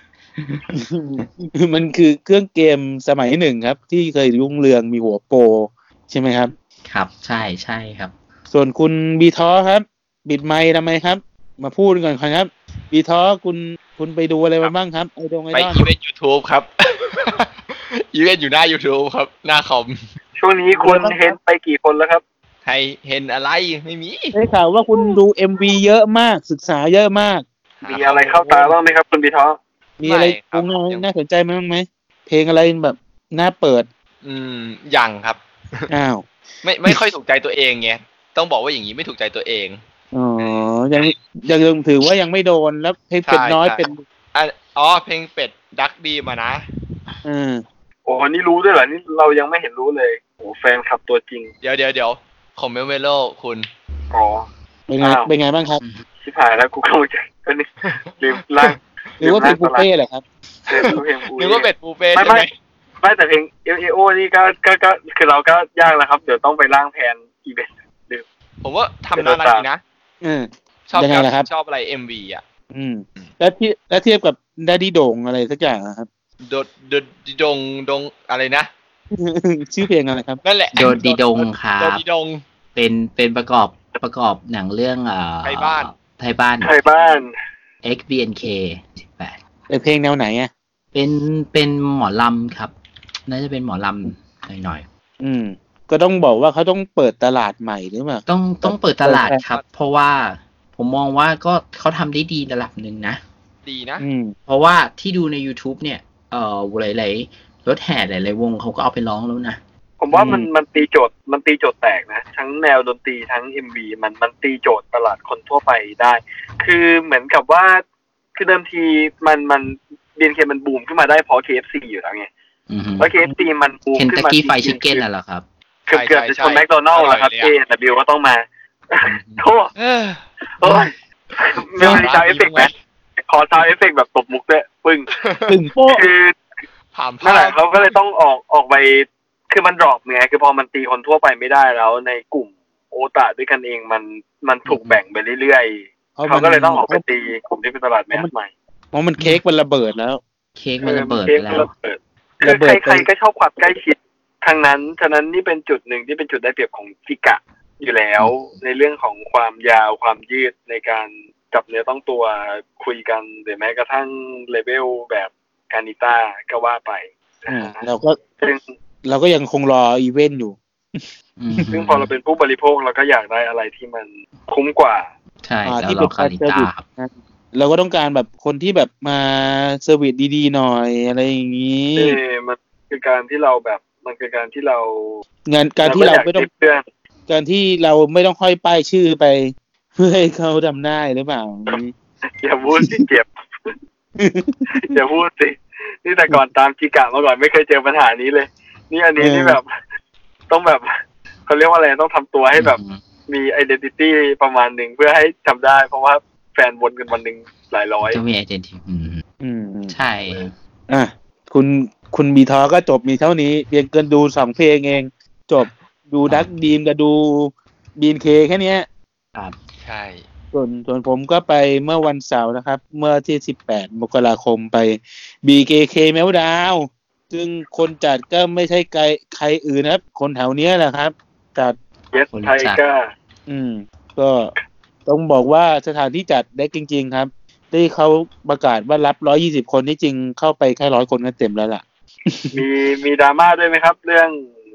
มันคือเครื่องเกมสมัยหนึ่งครับที่เคยรุ่งเรืองมีหัวโปรใช่ไหมครับครับใช่ใช่ครับส่วนคุณบีท้อครับบิดไมค์ทำไมครับมาพูดก่อนครับบีท้อคุณคุณไปดูอะไรมาบ้างครับไอดงไอดอลไปอีเวนต์ YouTube ครับอีเวนต์อยู่หน้า YouTube ครับหน้าคอมช่วงนี้คุณเห็นไปกี่คนแล้วครับใครเห็นอะไรไม่มีได้ข่าวว่าคุณดู เอ็ม วี เยอะมากศึกษาเยอะมากมีอะไรเข้าตาบ้างไหมครับคุณบีท้อมีอะไรคงน่าสนใจมั้ยไหมเพลงอะไรแบบน่าเปิดอืมยังครับอ้าวไม่ไม่ค่อยถูกใจตัวเองไงต้องบอกว่าอย่างนี้ไม่ถูกใจตัวเองอ๋อยังยังถือว่ายังไม่โดนแล้วเพลงเป็ดน้อยเป็นอ๋อเพลงเป็ดดักดีมานะอืมโอ้นี่รู้ด้วยเหรอนี่เรายังไม่เห็นรู้เลยโอ้แฟนคลับตัวจริงเดี๋ยวเดี๋ยวเดี๋ยวของเมลเมโลคุณอ๋อเป็นไงเป็นไงบ้างครับชิบหายแล้วกูเข้าใจก็นี่ลืมล่างหรือว่าเป็นปูเป้เหรอครับหรือว่าเป็ดปูเป้ใช่ไหมไม่แต่เพลงเอเอโอนี่ก็ก็ก็คือเราก็ยากแล้วครับเดี๋ยวต้องไปล่างแผนอีเวนต์ลืมผมว่าทำน่ารักดีนะอืมชอบครับชอบอะไร เอ็ม วี อ่ะอืมแล้วที่แล้วเทียบกับดาดี้โด่งอะไรสักอย่างครับโดดโดดดิดงดงอะไรนะชื่อเพลงอะไรครับนั่นแหละโดดดิดงครับโดดดิดงเป็นเป็นประกอบประกอบหนังเรื่องเอ่อไทยบ้านไทยบ้านไทยบ้านเอ็กซ์ บี เอ็น เค สิบแปดเป็นเพลงแนวไหนอ่ะเป็นเป็นหมอลำครับน่าจะเป็นหมอลำหน่อยๆอืมก็ต้องบอกว่าเขาต้องเปิดตลาดใหม่หรือเปล่าต้องต้องเปิดตลาดครับเพราะว่าผมมองว่าก็เขาทำได้ดีระดับหนึ่งนะดีนะเพราะว่าที่ดูใน YouTube เนี่ยเอ่อหลายๆรถแห่หลายๆวงเขาก็เอาไปร้องแล้วนะผมว่ามันมันตีโจทย์มันตีโจทย์แตกนะทั้งแนวดนตรีทั้ง เอ็ม วี มันมันตีโจทย์ตลาดคนทั่วไปได้คือเหมือนกับว่าคือเดิมทีมันมัน บี เอ็น เค มันบูมขึ้นมาได้เพราะ เค เอฟ ซี อยู่แล้วไงแล้ว เค เอฟ ซี มันบูมขึ้นมา Kentucky Fried Chicken น่ะเหรอครับเกือบๆจะชนแมคโดนัลด์แล้วครับ เอ ดับเบิลยู ก็ต้องมาโธ่โอ้ยไม่มีซาวด์เอฟเฟกต์นะขอซาวด์เอฟเฟกต์แบบตบมุกด้วยปึ้งปึ้งโป๊ะคือนั่นแหละเขาก็เลยต้องออกออกไปคือมันดรอปไงคือพอมันตีคนทั่วไปไม่ได้แล้วในกลุ่มโอตาด้วยกันเองมันมันถูกแบ่งไปเรื่อยๆเขาก็เลยต้องออกไปตีกลุ่มที่เป็นตลาดแมสใหม่เพราะมันเค้กมันระเบิดแล้วเค้กมันระเบิดไปแล้วคือใครๆก็ชอบความใกล้ชิดทางนั้นฉะนั้นนี่เป็นจุดหนึ่งที่เป็นจุดได้เปรียบของจิกะอยู่แล้วในเรื่องของความยาวความยืดในการจับเนื้อต้องตัวคุยกันหรือแม้กระทั่งเลเวลแบบกานิต้าก็ว่าไปเราก็เราก็ยังคงรออีเวนต์อยู่ซึ่งพอเราเป็นผู้บริโภคเราก็อยากได้อะไรที่มันคุ้มกว่าใช่แล้วเราคานิต้าเราก็ต้องการแบบคนที่แบบมาเซอร์วิสดีๆหน่อยอะไรอย่างนี้เออมันคือการที่เราแบบมันคือการที่เรางานการที่เราไม่ต้องการที่เราไม่ต้องค่อยป้ายชื่อไปเพื่อให้เขาจำได้หรือเปล่าอย่าพูดสิเจ็บอย่าพูดสินี่แต่ก่อนตามจิกะมาก่อนไม่เคยเจอปัญหานี้เลยนี่อันนี้นี่แบบต้องแบบเขาเรียกว่าอะไรต้องทำตัวให้แบบมี identity ประมาณหนึ่งเพื่อให้จำได้เพราะว่าแฟนวนกันวันหนึ่งหลายร้อยต้องมี identity อืมใช่อ่ะคุณคุณบีทอก็จบมีเท่านี้เพียงเกินดูสองเพลงเองจบดูดักดีมกับดูบีนเคแค่นี้ครับใช่ส่วนส่วนผมก็ไปเมื่อวันเสาร์นะครับเมื่อที่สิบแปดมกราคมไป บี เค เค Meltdown ซึ่งคนจัดก็ไม่ใช่ใครใครอื่นนะครับคนแถวเนี้ยแหละครับจัด Yes Tiger อืมก็ต้องบอกว่าสถานที่จัดได้จริงๆครับที่เขาประกาศว่ารับหนึ่งร้อยยี่สิบคนที่จริงเข้าไปแค่หนึ่งร้อยคนก็เต็มแล้วล่ะมีมีดราม่าด้วยไหมครับเรื่อง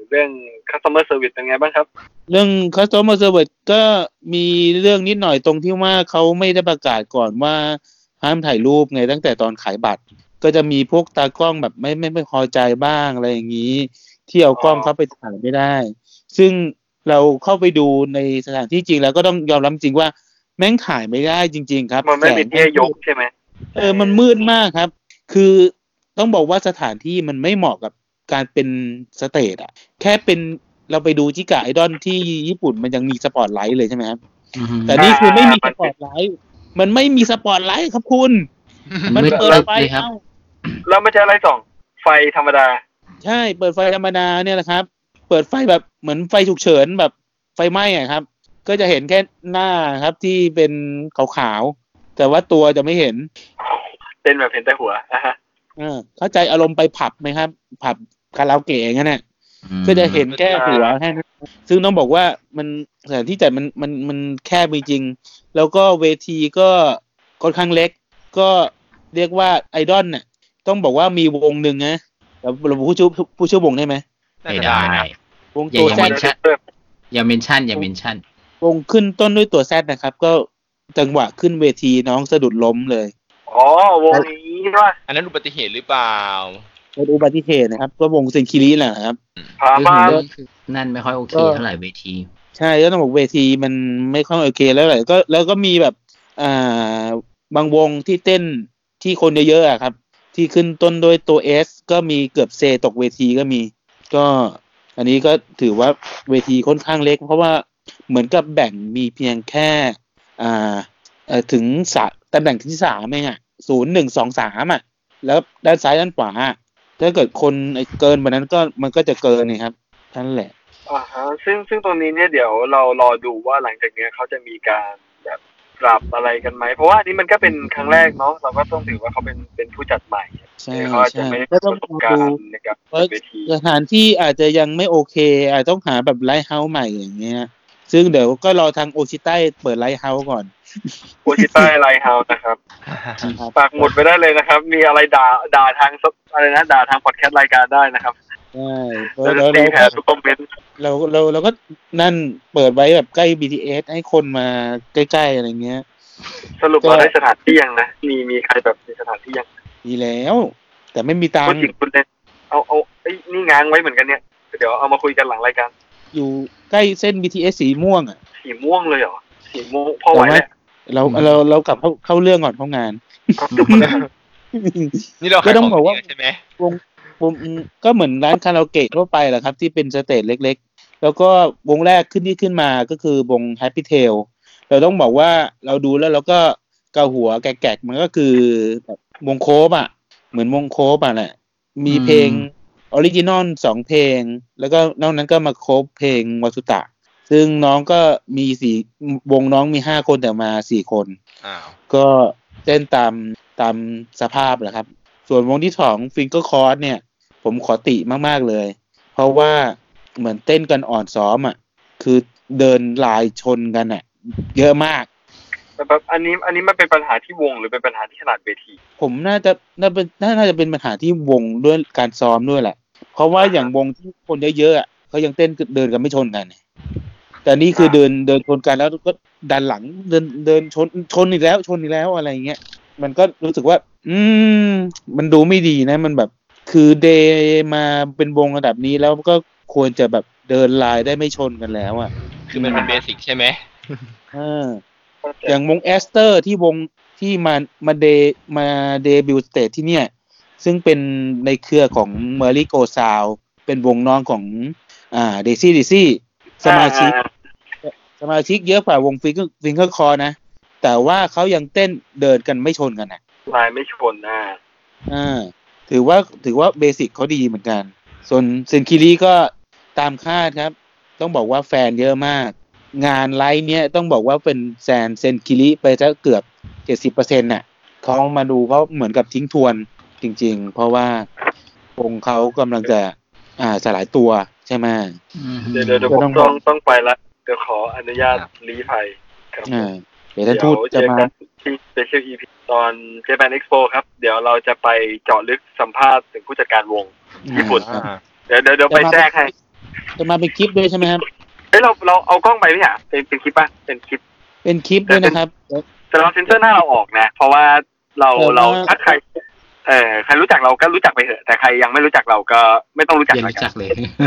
เรื่อง customer service เป็นไงบ้างครับเรื่อง customer service ก็มีเรื่องนิดหน่อยตรงที่ว่าเขาไม่ได้ประกาศก่อนว่าห้ามถ่ายรูปไงตั้งแต่ตอนขายบัตรก็จะมีพวกตากล้องแบบไม่ไม่ไม่พอใจบ้างอะไรอย่างนี้ที่เอากล้องเข้าไปถ่ายไม่ได้ซึ่งเราเข้าไปดูในสถานที่จริงแล้วก็ต้องยอมรับจริงว่าแม่งถ่ายไม่ได้จริงๆครับมันไม่มีที่ยกใช่ไหมเออมันมืดมากครับคือต้องบอกว่าสถานที่มันไม่เหมาะกับการเป็นสเตจอ่ะแค่เป็นเราไปดูจิกะไอดอลที่ญี่ปุ่นมันยังมีสปอตไลท์เลยใช่ไหมครับแต่นี่คือไม่มีสปอตไลท์มันไม่มีสปอตไลท์ครับคุณมันเปิดไฟเอ้าแล้วไม่ใช่อะไรส่องไฟธรรมดาใช่เปิดไฟธรรมดาเนี่ยแหละครับเปิดไฟแบบเหมือนไฟฉุกเฉินแบบไฟไหม้อ่ะครับก็จะเห็นแค่หน้าครับที่เป็นขาวๆแต่ว่าตัวจะไม่เห็นเต้นแบบเห็นแต่หัวอ่ะฮะเออเข้าใจอารมณ์ไปผับไหมครับผับคาราโอเกะอย่างนั้นน่ะก็จะเห็นแค่หัวแค่นั้นซึ่งต้องบอกว่ามันสถานที่จัดมันมันมันแคบจริงๆแล้วก็เวทีก็ค่อนข้างเล็กก็เรียกว่าไอดอลน่ะต้องบอกว่ามีวงหนึ่งนะเราเราผู้ชื่อผู้ชื่อวงได้ไหมไม่ได้วงตัวแซดอย่าเมนชั่นอย่าเมนชั่นวงขึ้นต้นด้วยตัวแซดนะครับก็จังหวะขึ้นเวทีน้องสะดุดล้มเลยอ๋อวงนี้ว่าอันนั้นอุบัติเหตุหรือเปล่าเป็นอุบัติเหตุนะครับก็วงเซนคิริแหละครับพามานั่นไม่ค่อยโอเคเท่าไหร่เวทีใช่ก็ต้องบอกเวทีมันไม่ค่อยโอเคแล้วแหละก็แล้วก็มีแบบอ่าบางวงที่เต้นที่คนเยอะๆอ่ะครับที่ขึ้นต้นด้วยตัว S ก็มีเกือบเซตกเวทีก็มีก็อันนี้ก็ถือว่าเวทีค่อนข้างเล็กเพราะว่าเหมือนกับแบ่งมีเพียงแค่อ่าเอ่อถึงสามตำแหน่งที่สามเองอ่ะศูนย์ หนึ่ง สอง สามอ่ะแล้วด้านซ้ายด้านขวาถ้าเกิดคนเกินแบบนั้นก็มันก็จะเกินนี่ครับนั่นแหละอ่าฮะซึ่งซึ่งตรงนี้เนี่ยเดี๋ยวเรารอดูว่าหลังจากนี้เขาจะมีการแบบปรับอะไรกันไหมเพราะว่านี่มันก็เป็นครั้งแรกเนาะเราก็ต้องถือว่าเขาเป็นเป็นผู้จัดใหม่ใช่เขาจะไม่ได้ประสบการณ์ในการเวทีสถานที่อาจจะยังไม่โอเคอาจต้องหาแบบไลท์เฮาส์ใหม่อย่างเงี้ยซึ่งเดี๋ยวก็รอทางโอชิไต้เปิดไลท์เฮาส์ก่อนโอชิไต้ไลท์เฮาส์นะครับฝากหมุดไปได้เลยนะครับมีอะไรด่าด่าทางอะไรนะด่าทางพอดแคสต์รายการได้นะครับใช่เราตีแผ่ทุกคอมเมนต์เราเราเราก็นั่นเปิดไว้แบบใกล้ บี ที เอส ให้คนมาใกล้ๆอะไรเงี้ยสรุปว่าได้สถานที่ยังนะมีมีใครแบบมีสถานที่ยังมีแล้วแต่ไม่มีตังค์คุณเล่นเอาเอาไอ้นี่ง้างไว้เหมือนกันเนี่ยเดี๋ยวเอามาคุยกันหลังรายการอยู่ใกล้เส้น บี ที เอส สีม่วงอ่ะสีม่วงเลยเหรอสีม่วงพอไหวแหละเราเราเรากลับเข้าเข้าเรื่องก่อนเข้างานนี่เราก็ต้องบอกว่าใช่ไหมวงวงก็เหมือนร้านคาราโอเกะทั่วไปแหละครับที่เป็นสเตจเล็กๆแล้วก็วงแรกขึ้นที่ขึ้นมาก็คือวง Happy Tail เราต้องบอกว่าเราดูแล้วเราก็เกาหัวแกะๆมันก็คือแบบวงโคฟอ่ะเหมือนวงโคฟอ่ะแหละมีเพลงออริจินอลสองเพลงแล้วก็นอกนั้นก็มาโคฟเพลงวาสุตะซึ่งน้องก็มีสี่วงน้องมีห้าคนแต่มาสี่คนก็เต้นตามตามสภาพแหละครับส่วนวงที่สองฟิงเกอร์คอร์สเนี่ยผมขอติมากๆเลยเพราะว่าเหมือนเต้นกันอ่อนซ้อมอ่ะคือเดินลายชนกันอ่ะเยอะมากแต่แบบอันนี้อันนี้มันเป็นปัญหาที่วงหรือเป็นปัญหาที่ขนาดเวทีผมน่าจะน่าเป็นน่าจะเป็นปัญหาที่วงด้วยการซ้อมด้วยแหละเพราะว่าอย่างวงที่คนเยอะๆอ่ะเขายังเต้นเดินกันไม่ชนกันแต่นี่คือเดินเดินชนกันแล้วก็ดันหลังเดินเดินชนชนอีกแล้วชนอีกแล้วอะไรเงี้ยมันก็รู้สึกว่าอืมมันดูไม่ดีนะมันแบบคือเดย์มาเป็นวงระดับนี้แล้วก็ควรจะแบบเดินลายได้ไม่ชนกันแล้วอ่ะคือมันเป็นเบสิกใช่ไหมอ่าอย่างวงแอสเตอร์ที่วงที่มามาเดมาเดบิวต์สเตจที่เนี่ยซึ่งเป็นในเครือของเมอร์รี่โกซาวเป็นวงน้องของอ่าเดซี่เดซี่สมาชิกสมาชิกเยอะกว่าวงฟิงเกอร์ฟิงเกอร์คอร์นะแต่ว่าเขายังเต้นเดินกันไม่ชนกันนะลายไม่ชนนะอ่าถือว่าถือว่าเบสิกเขาดีเหมือนกันส่วนเซนคิริก็ตามคาดครับต้องบอกว่าแฟนเยอะมากงานไลฟ์เนี้ยต้องบอกว่าเป็นแซนเซนคิริไปซะเกือบ เจ็ดสิบเปอร์เซ็นต์ น่ะเขามาดูเขาเหมือนกับทิ้งทวนจริงๆเพราะว่าวงเขากำลังจะอ่าสลายตัวใช่ไหมเดี๋ยวเดี๋ยวผมต้องต้องไปละเดี๋ยวขออนุญาตลี้ภัยครับเดี๋ยวท่านทูตจะมาที่ Special อี พี ตอน Japan Expo ครับเดี๋ยวเราจะไปเจาะลึกสัมภาษณ์ถึงผู้จัดการวงญี่ปุ่นเดี๋ยวเดี๋ยวเดี๋ยวไปแทรกให้จะมาเป็นคลิปด้วยใช่ไหมครับเอ้ยเราเราเอากล้องไปไหมฮะเป็นเป็นคลิปป่ะเป็นคลิปเป็นคลิปด้วยนะครับแต่เราเซ็นเซอร์หน้าเราออกนะเพราะว่าเราเราถ้าใครเออใครรู้จักเราก็รู้จักไปเถอะแต่ใครยังไม่รู้จักเราก็ไม่ต้องรู้จักเลยรู้จักเลย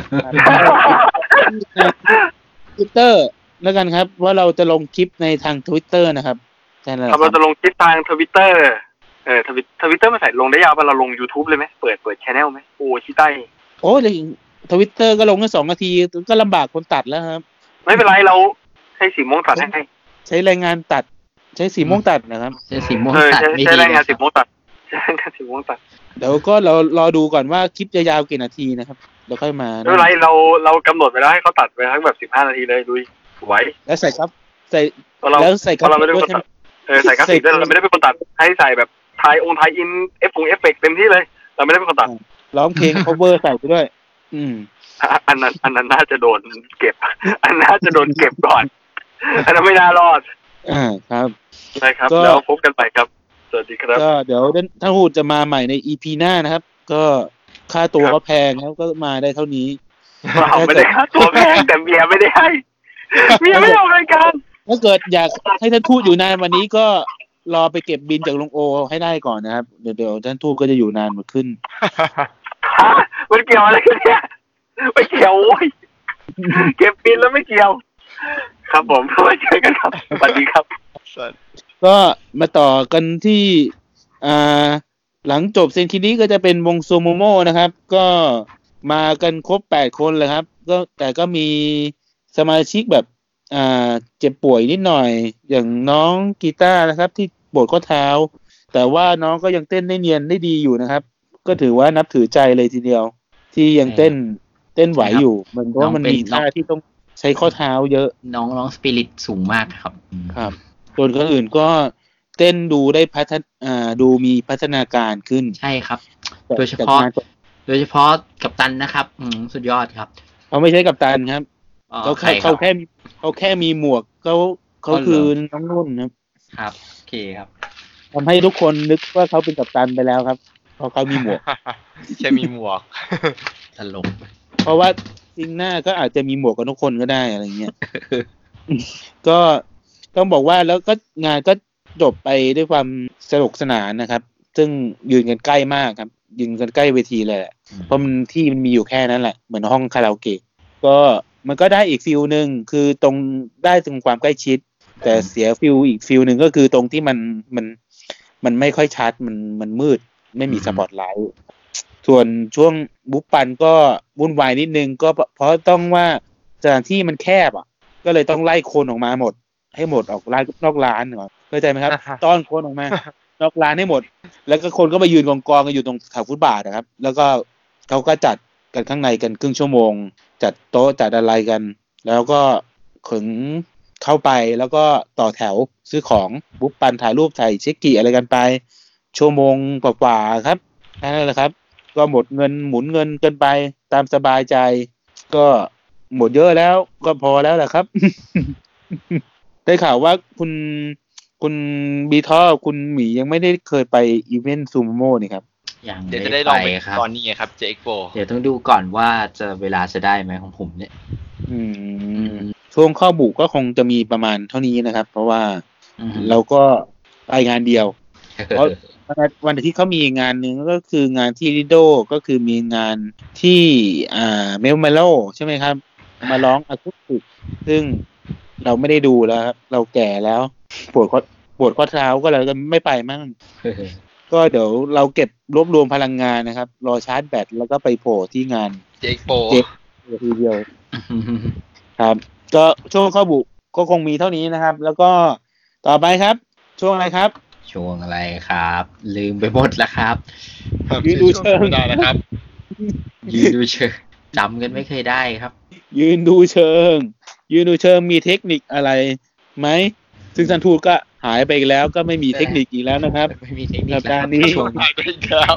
Twitter แล้วกันครับว่าเราจะลงคลิปในทาง Twitter นะครับใช่แล้วครับเราจะลงคลิปทาง Twitter เออ Twitter มาใส่ลงได้ยาวป่ะเราลง YouTube เลยมั้ยเปิดเปิด channel มั้ยโอ้ชี้ใต้โอ้ย Twitter ก็ลงแค่สองนาทีก็ลำบากคนตัดแล้วครับไม่เป็นไรเราใช้สีม่วงตัดให้ใช้แรงงานตัดใช้สีม่วงตัดนะครับใช้สีม่วงตัดไม่ใช่แรงงานสีม่วงตัดใช้แรงงานสีม่วงตัดเดี๋ยวก็เรารอดูก่อนว่าคลิปจะยาวกี่นาทีนะครับเดี๋ยวค่อยมาไม่เป็นไรเราเรากำหนดไว้แล้วให้เขาตัดไปทั้งแบบสิบห้านาทีเลยดูไว้แล้วใส่ครับใส่แล้วใส่ครับเราไม่ได้เป็นคนตัดเออใส่กราฟิกด้วยเราไม่ได้เป็นคนตัดให้ใส่แบบไทยองค์ไทยอินเอฟฟงเอฟเฟกต์เต็มที่เลยเราไม่ได้เป็นคนตัดร้องเพลง cover ใส่ไปด้วยอืมอันนั้นอันนั้นน่าจะโดนเก็บอันน่าจะโดนเก็บก่อนอันนั้นไม่น่ารอดอ่าครับใช่ครับแล้วพบกันใหม่ครับสวัสดีครับก็เดี๋ยวท่านฮูดจะมาใหม่ใน อี พี หน้านะครับก็ค่าตัวก็แพงแล้วก็มาได้เท่านี้เราไม่ได้ค่าตัวแพงแต่เมียไม่ได้ให้เมียไม่เอารายการถ้าเกิดอยากให้ท่านทูตอยู่นานวันนี้ก็รอไปเก็บบินจากลุงโอให้ได้ก่อนนะครับเดี๋ยวเดี๋ยวท่านทูตก็จะอยู่นานมาขึ้นมันเกี่ยวอะไรกันเนี่ยไม่เกี่ยวโว้ยเก็บบินแล้วไม่เกี่ยวครับผมไว้เจอกันครับสวัสดีครับก็มาต่อกันที่อ่าหลังจบเซนคินี้ก็จะเป็นวงซูโมโมนะครับก็มากันครบแปดคนเลยครับก็แต่ก็มีสมาชิกแบบอ่าเจ็บป่วยนิดหน่อยอย่างน้องกีตาร์นะครับที่ปวดข้อเท้าแต่ว่าน้องก็ยังเต้นได้เนียนได้ดีอยู่นะครับก็ถือว่านับถือใจเลยทีเดียวที่ยังเต้นเต้นไหวอยู่มันเพราะมันมีท่าที่ต้องใช้ข้อเท้าเยอะน้องน้องสปิริตสูงมากครับครับส่วนคนอื่นก็เต้นดูได้พัฒนาอ่าดูมีพัฒนาการขึ้นใช่ครับโดยเฉพาะโดยเฉพาะกัปตันนะครับอืมสุดยอดครับเขาไม่ใช่กัปตันครับเขาแค่เขาแค่เขาแค่มีหมวกเขาเขาคือน้องนุ่นครับครับโอเคครับทำให้ทุกคนนึกว่าเขาเป็นกัปตันไปแล้วครับเพราะเขามีหมวกแค่มีหมวกตลกเพราะว่าจริงหน้าก็อาจจะมีหมวกกับทุกคนก็ได้อะไรเงี้ยก็ต้องบอกว่าแล้วก็งานก็จบไปด้วยความสนุกสนานนะครับซึ่งยืนกันใกล้มากครับยืนกันใกล้เวทีเลยแหละเพราะมันที่มันมีอยู่แค่นั้นแหละเหมือนห้องคาราโอเกะก็มันก็ได้อีกฟิลนึงคือตรงได้ตรงความใกล้ชิดแต่เสียฟิลอีกฟิลนึงก็คือตรงที่มันมันมันไม่ค่อยชัดมันมันมืดไม่มีสปอตไลท์ส่วนช่วงบุ๊ปปันก็วุ่นวายนิดนึงก็เพราะต้องว่าสถานที่มันแคบอ่ะก็เลยต้องไล่คนออกมาหมดให้หมดออกร้านนอกร้านก่อนเข้าใจไหมครับต้อนคนออกมานอกร้านให้หมดแล้วก็คนก็ไปยืนกองกองกันอยู่ตรงแถวฟุตบาทนะครับแล้วก็เขาก็จัดกันข้างในกันครึ่งชั่วโมงจัดโต๊ะจัดอะไรกันแล้วก็ขนเข้าไปแล้วก็ต่อแถวซื้อของบุ๊ปปันถ่ายรูปถ่ายเช็คกี่อะไรกันไปชั่วโมงกว่าๆครับนั่นแหละครับก็หมดเงินหมุนเงินกันไปตามสบายใจก็หมดเยอะแล้วก็พอแล้วแหละครับ ได้ข่าวว่าคุณคุณบีทอคุณหมียังไม่ได้เคยไปอีเวนต์ซูโมโม่นี่ครับยังเดี๋ยวจะได้ลองไปตอนนี้ไงครับเจเอ็กโปเดี๋ยวต้องดูก่อนว่าจะเวลาจะได้ไหมของผมเนี่ยอืมช่วงเข้าบุกก็คงจะมีประมาณเท่านี้นะครับเพราะว่าเราก็ไปงานเดียวเพราะวันอาทิตย์เขามีงานนึงก็คืองานที่ลิโดก็คือมีงานที่อ่าเมลเมโลใช่ไหมครับมาร้องอะคูสติกซึ่งเราไม่ได้ดูแล้วครับเราแก่แล้วปวดข้อปวดข้อเท้าก็เลยไม่ไปมั่ง ก็เดี๋ยวเราเก็บรวบรวมพลังงานนะครับรอชาร์จแบตแล้วก็ไปโผล่ที่งานเจ็กโปเจ็กทีเดียวครับก็ช่วงเข้าบุกก็คงมีเท่านี้นะครับแล้วก็ต่อไปครับช่วงอะไรครับช่วงอะไรครับลืมไปหมดแล้วครับยืนดูเชิงได้นะครับยืนดูเชิงจำกันไม่เคยได้ครับยืนดูเชิงยืนดูเชิงมีเทคนิคอะไรไหมซึ่งท่านทูตก็หายไปอีกแล้วก็ไม่มีเทคนิคอีกแล้วนะครับไม่มีเทคนิคสัปดาห์นี้หายไปอีกแล้ว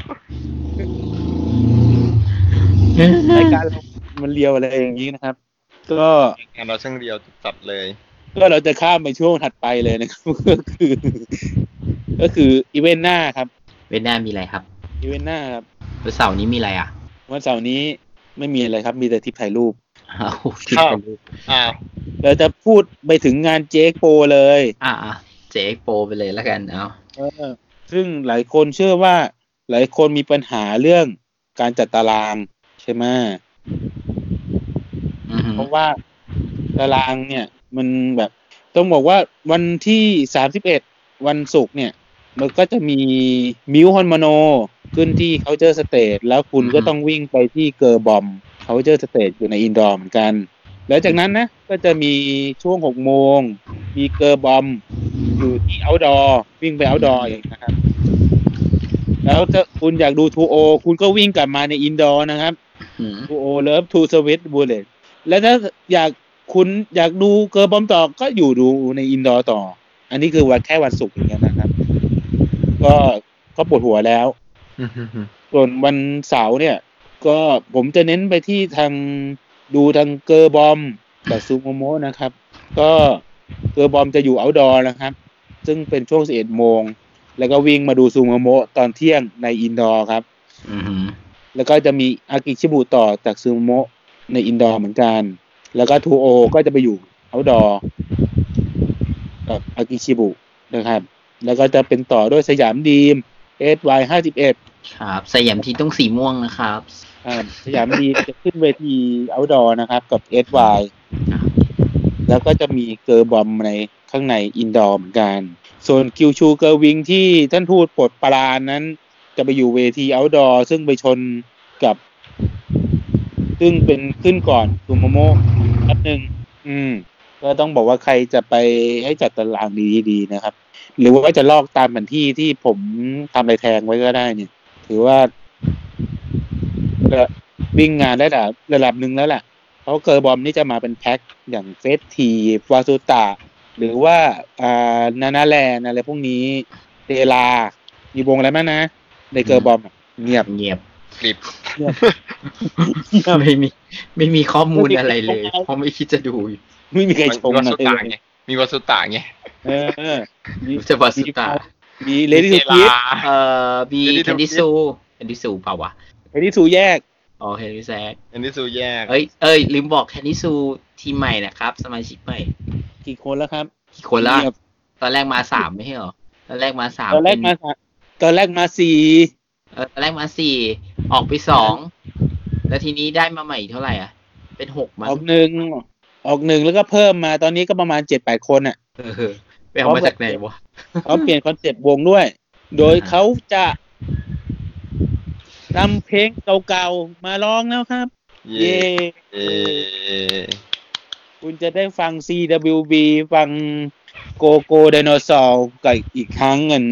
รายการมันเรียวอะไรอย่างนี้นะครับก็เราช่างเรียวจัดเลยก็เราจะข้ามไปช่วงถัดไปเลยนะครับก็คือก็คืออีเวนต์หน้าครับอีเวนต์หน้ามีอะไรครับอีเวนต์หน้าครับวันเสาร์นี้มีอะไรอ่ะวันเสาร์นี้ไม่มีอะไรครับมีแต่ทริปถ่ายรูปอ้าวผิดอ้าวไปเลยอ้าวเราจะพูดไปถึงงานเจคโปเลยอ่าเจ๊โปไปเลยแล้วกันเอาเออซึ่งหลายคนเชื่อว่าหลายคนมีปัญหาเรื่องการจัดตารางใช่ไหมอือฮึเพราะว่าตารางเนี่ยมันแบบต้องบอกว่าวันที่สามสิบเอ็ดวันศุกร์เนี่ยมันก็จะมีมิวฮอนมาโนขึ้นที่เคาน์เตอร์สเตจแล้วคุณก็ต้องวิ่งไปที่เกอร์บอมเคาน์เตอร์สเตจอยู่ในอินดอร์เหมือนกันแล้วจากนั้นนะก็จะมีช่วงหกโมงมีเกอร์บอมอยู่ที่เอาท์ดอร์วิ่งไปเอาท์ดอร์อย่างนะครับแล้วถ้าคุณอยากดู ทู โอ คุณก็วิ่งกลับมาในอินดอร์นะครับอืมทู โอ Love to Sweat Bullet แล้วถ้าอยากคุณอยากดูเกอร์บอมต่อก็อยู่ดูในอินดอร์ต่อ อันนี้คือวันแค่วันศุกร์อย่างเงี้ยนะครับ ก็ก็ปวดหัวแล้ว ส่วนวันเสาร์เนี่ย ก็ผมจะเน้นไปที่ทางดูทางเกอร์บอมกับซูโมโมนะครับ ก็เกอร์บอมจะอยู่เอาท์ดอร์นะครับ ซึ่งเป็นช่วงสิบเอ็ดโมงแล้วก็วิ่งมาดูซูโมโมตอนเที่ยงในอินดอร์ครับอือฮึแล้วก็จะมีอากิชิบุต่อจากซูโมะในอินดอร์เหมือนกัน แล้วก็ ทู โอ ก็จะไปอยู่เอาท์ดอร์กับอากิชิบุนะครับ แล้วก็จะเป็นต่อด้วยสยามดีม เอส วาย ห้าสิบเอ็ดครับสยามทีต้องสีม่วงนะครับอ่าสยามดีม จะขึ้นเวทีเอาท์ดอร์นะครับกับ เอส วาย แล้วก็จะมีเกอร์บอมในข้างในอินดอร์เหมือนกัน ส่วนคิวชูเกอร์วิงที่ท่านทูตปลดปรานนั้น จะไปอยู่เวทีเอาท์ดอร์ซึ่งไปชนกับ ซึ่งเป็นขึ้นก่อนซูโมโมะแป๊บหนึ่งอืม ก็ต้องบอกว่าใครจะไปให้จัดตารางดีๆนะครับ หรือว่าจะลอกตามแผนที่ที่ผมทำลายแทงไว้ก็ได้เนี่ย ถือว่าวิ่งงานได้ระดับระดับหนึ่งแล้วแหละเพราะเกอร์บอมนี่จะมาเป็นแพ็คอย่างเฟสทีวาซูตะหรือว่าอ่านานาแลนอะไรพวกนี้เตลามีวงอะไรบ้างนะในเกอร์บอมเงียบเงียบกริบไม่มีไม่มีข้อมูลอะไรเลย เพราะไม่คิดจะดูไม่มีใครชมมีวาอะสุไรตะเลยไงมีวาสุตะไงเออมีจะบอสตามีเลดี้ทูคิดเอ่อบี Lady แคนดี้ to ซูแคนดี้ซูเปล่าวะเลดี้ทูแยกอ๋อแคนดี้แซกอันนี้สูแยกเอ้ยเอ้ยลืมบอกแคนดี้ซูทีมใหม่นะครับสมาชิกใหม่กี่คนแล้วครับกี่คนละเงียบตอนแรกมาสามไม่ใช่เหรอตอนแรกมาสามตอนแรกเป็นมาสามตอนแรกมาสี่เออตอนแรกมาสี่ออกไปสองแล้วทีนี้ได้มาใหม่อีกเท่าไหร่อ่ะ เป็นหกมั้งออกหนึ่งออกหนึ่งแล้วก็เพิ่มมาตอนนี้ก็ประมาณเจ็ดแปดคนอ่ะเออไปเอามาจากไหนวะเขาเปลี่ยนคอนเซ็ปต์วงด้วย โดยเขาจะนำเพลงเก่าๆมาร้องแล้วครับเย่เย้เย่คุณจะได้ฟัง ซี ดับเบิลยู บี ฟังโกโกไดโนเสาร์กับอีกครั้งเงิน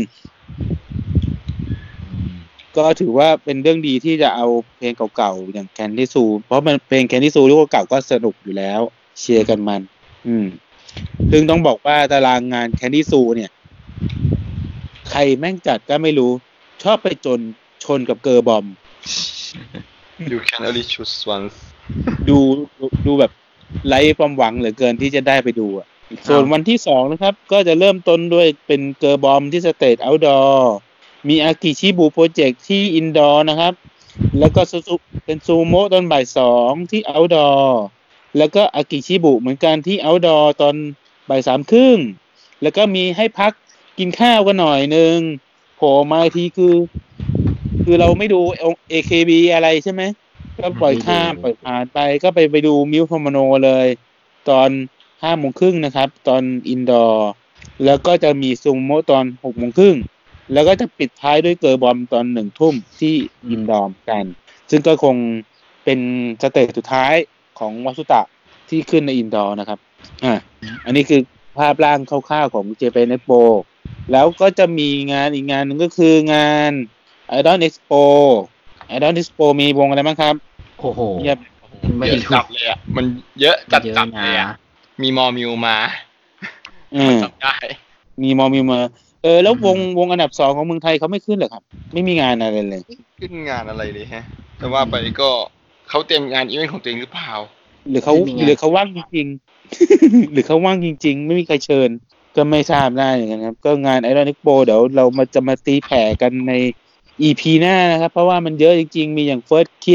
ก็ถือว่าเป็นเรื่องดีที่จะเอาเพลงเก่าๆอย่างแคนดี้ซูเพราะมันเพลงแคนดี้ซูที่ว่าเก่าก็สนุกอยู่แล้วเชียร์กันมัน อืมซึ่งต้องบอกว่าตารางงานแคนดี้ซูเนี่ย ใครแม่งจัดก็ไม่รู้ ชอบไปจนชนกับเกอร์บอม You can only choose once ดูดูดูแบบไร้ความหวังเหลือเกินที่จะได้ไปดูอ่ะ ส่วนวันที่สองนะครับ ก็จะเริ่มต้นด้วยเป็นเกอร์บอมที่สเตจเอาท์ดอร์มีอากิชิบุโปรเจกต์ที่อินดอร์นะครับ แล้วก็ซูเป็นซูโมะตอนบ่ายสองที่เอาท์ดอร์แล้วก็อากิชิบุเหมือนกันที่เอาท์ดอร์ตอนบ่ายสามครึ่งแล้วก็มีให้พักกินข้าวกันหน่อยนึงโผล่มาอีกทีคือ คือเราไม่ดู เอ เค บี อะไรใช่ไหมก็ปล่อยข้ามปล่อยผ่านไปก็ไปไปดูมิวโทมาโนเลย ตอนห้าโมงครึ่งนะครับ ตอนอินดอร์แล้วก็จะมีซูโมะตอนหกโมงครึ่งแล้วก็จะปิดท้ายด้วยเกอร์บอมตอนหนึ่งทุ่มที่อินดอร์กัน ซึ่งก็คงเป็นสเตจสุดท้ายของวาสุตะที่ขึ้นในอินดอร์นะครับอ่าอันนี้คือภาพร่างคร่าวๆของ Japan Expo แล้วก็จะมีงานอีกงานหนึ่งก็คืองาน Idol Expo Idol Expo มีวงอะไรบ้างครับโอ้โหเงียบไม่เยอะรู้จับเลยอ่ะ มันเยอะจัดเยอะจับนะเลยอ่ะ มีมอมิวมาอืมจับได้มีมอมีมาเออแล้ววงวงอันดับสองของเมืองไทยเขาไม่ขึ้นเหรอครับ ไม่มีงานอะไรเลยขึ้นงานอะไรเลยฮะ แต่ว่าไปก็เขาเตรียมงานอีเวนต์ของตัวเองหรือเปล่าหรือเขาไม่มีงานหรือเขาว่างจริงๆ หรือเขาว่างจริง ๆ ไม่มีใครเชิญ ก็ไม่ทราบได้อย่างนั้นครับ ก็งาน Idol Expo เดี๋ยวเรามาจะมาตีแผ่กันใน อี พี หน้านะครับ เพราะว่ามันเยอะจริงๆ มีอย่าง First Kid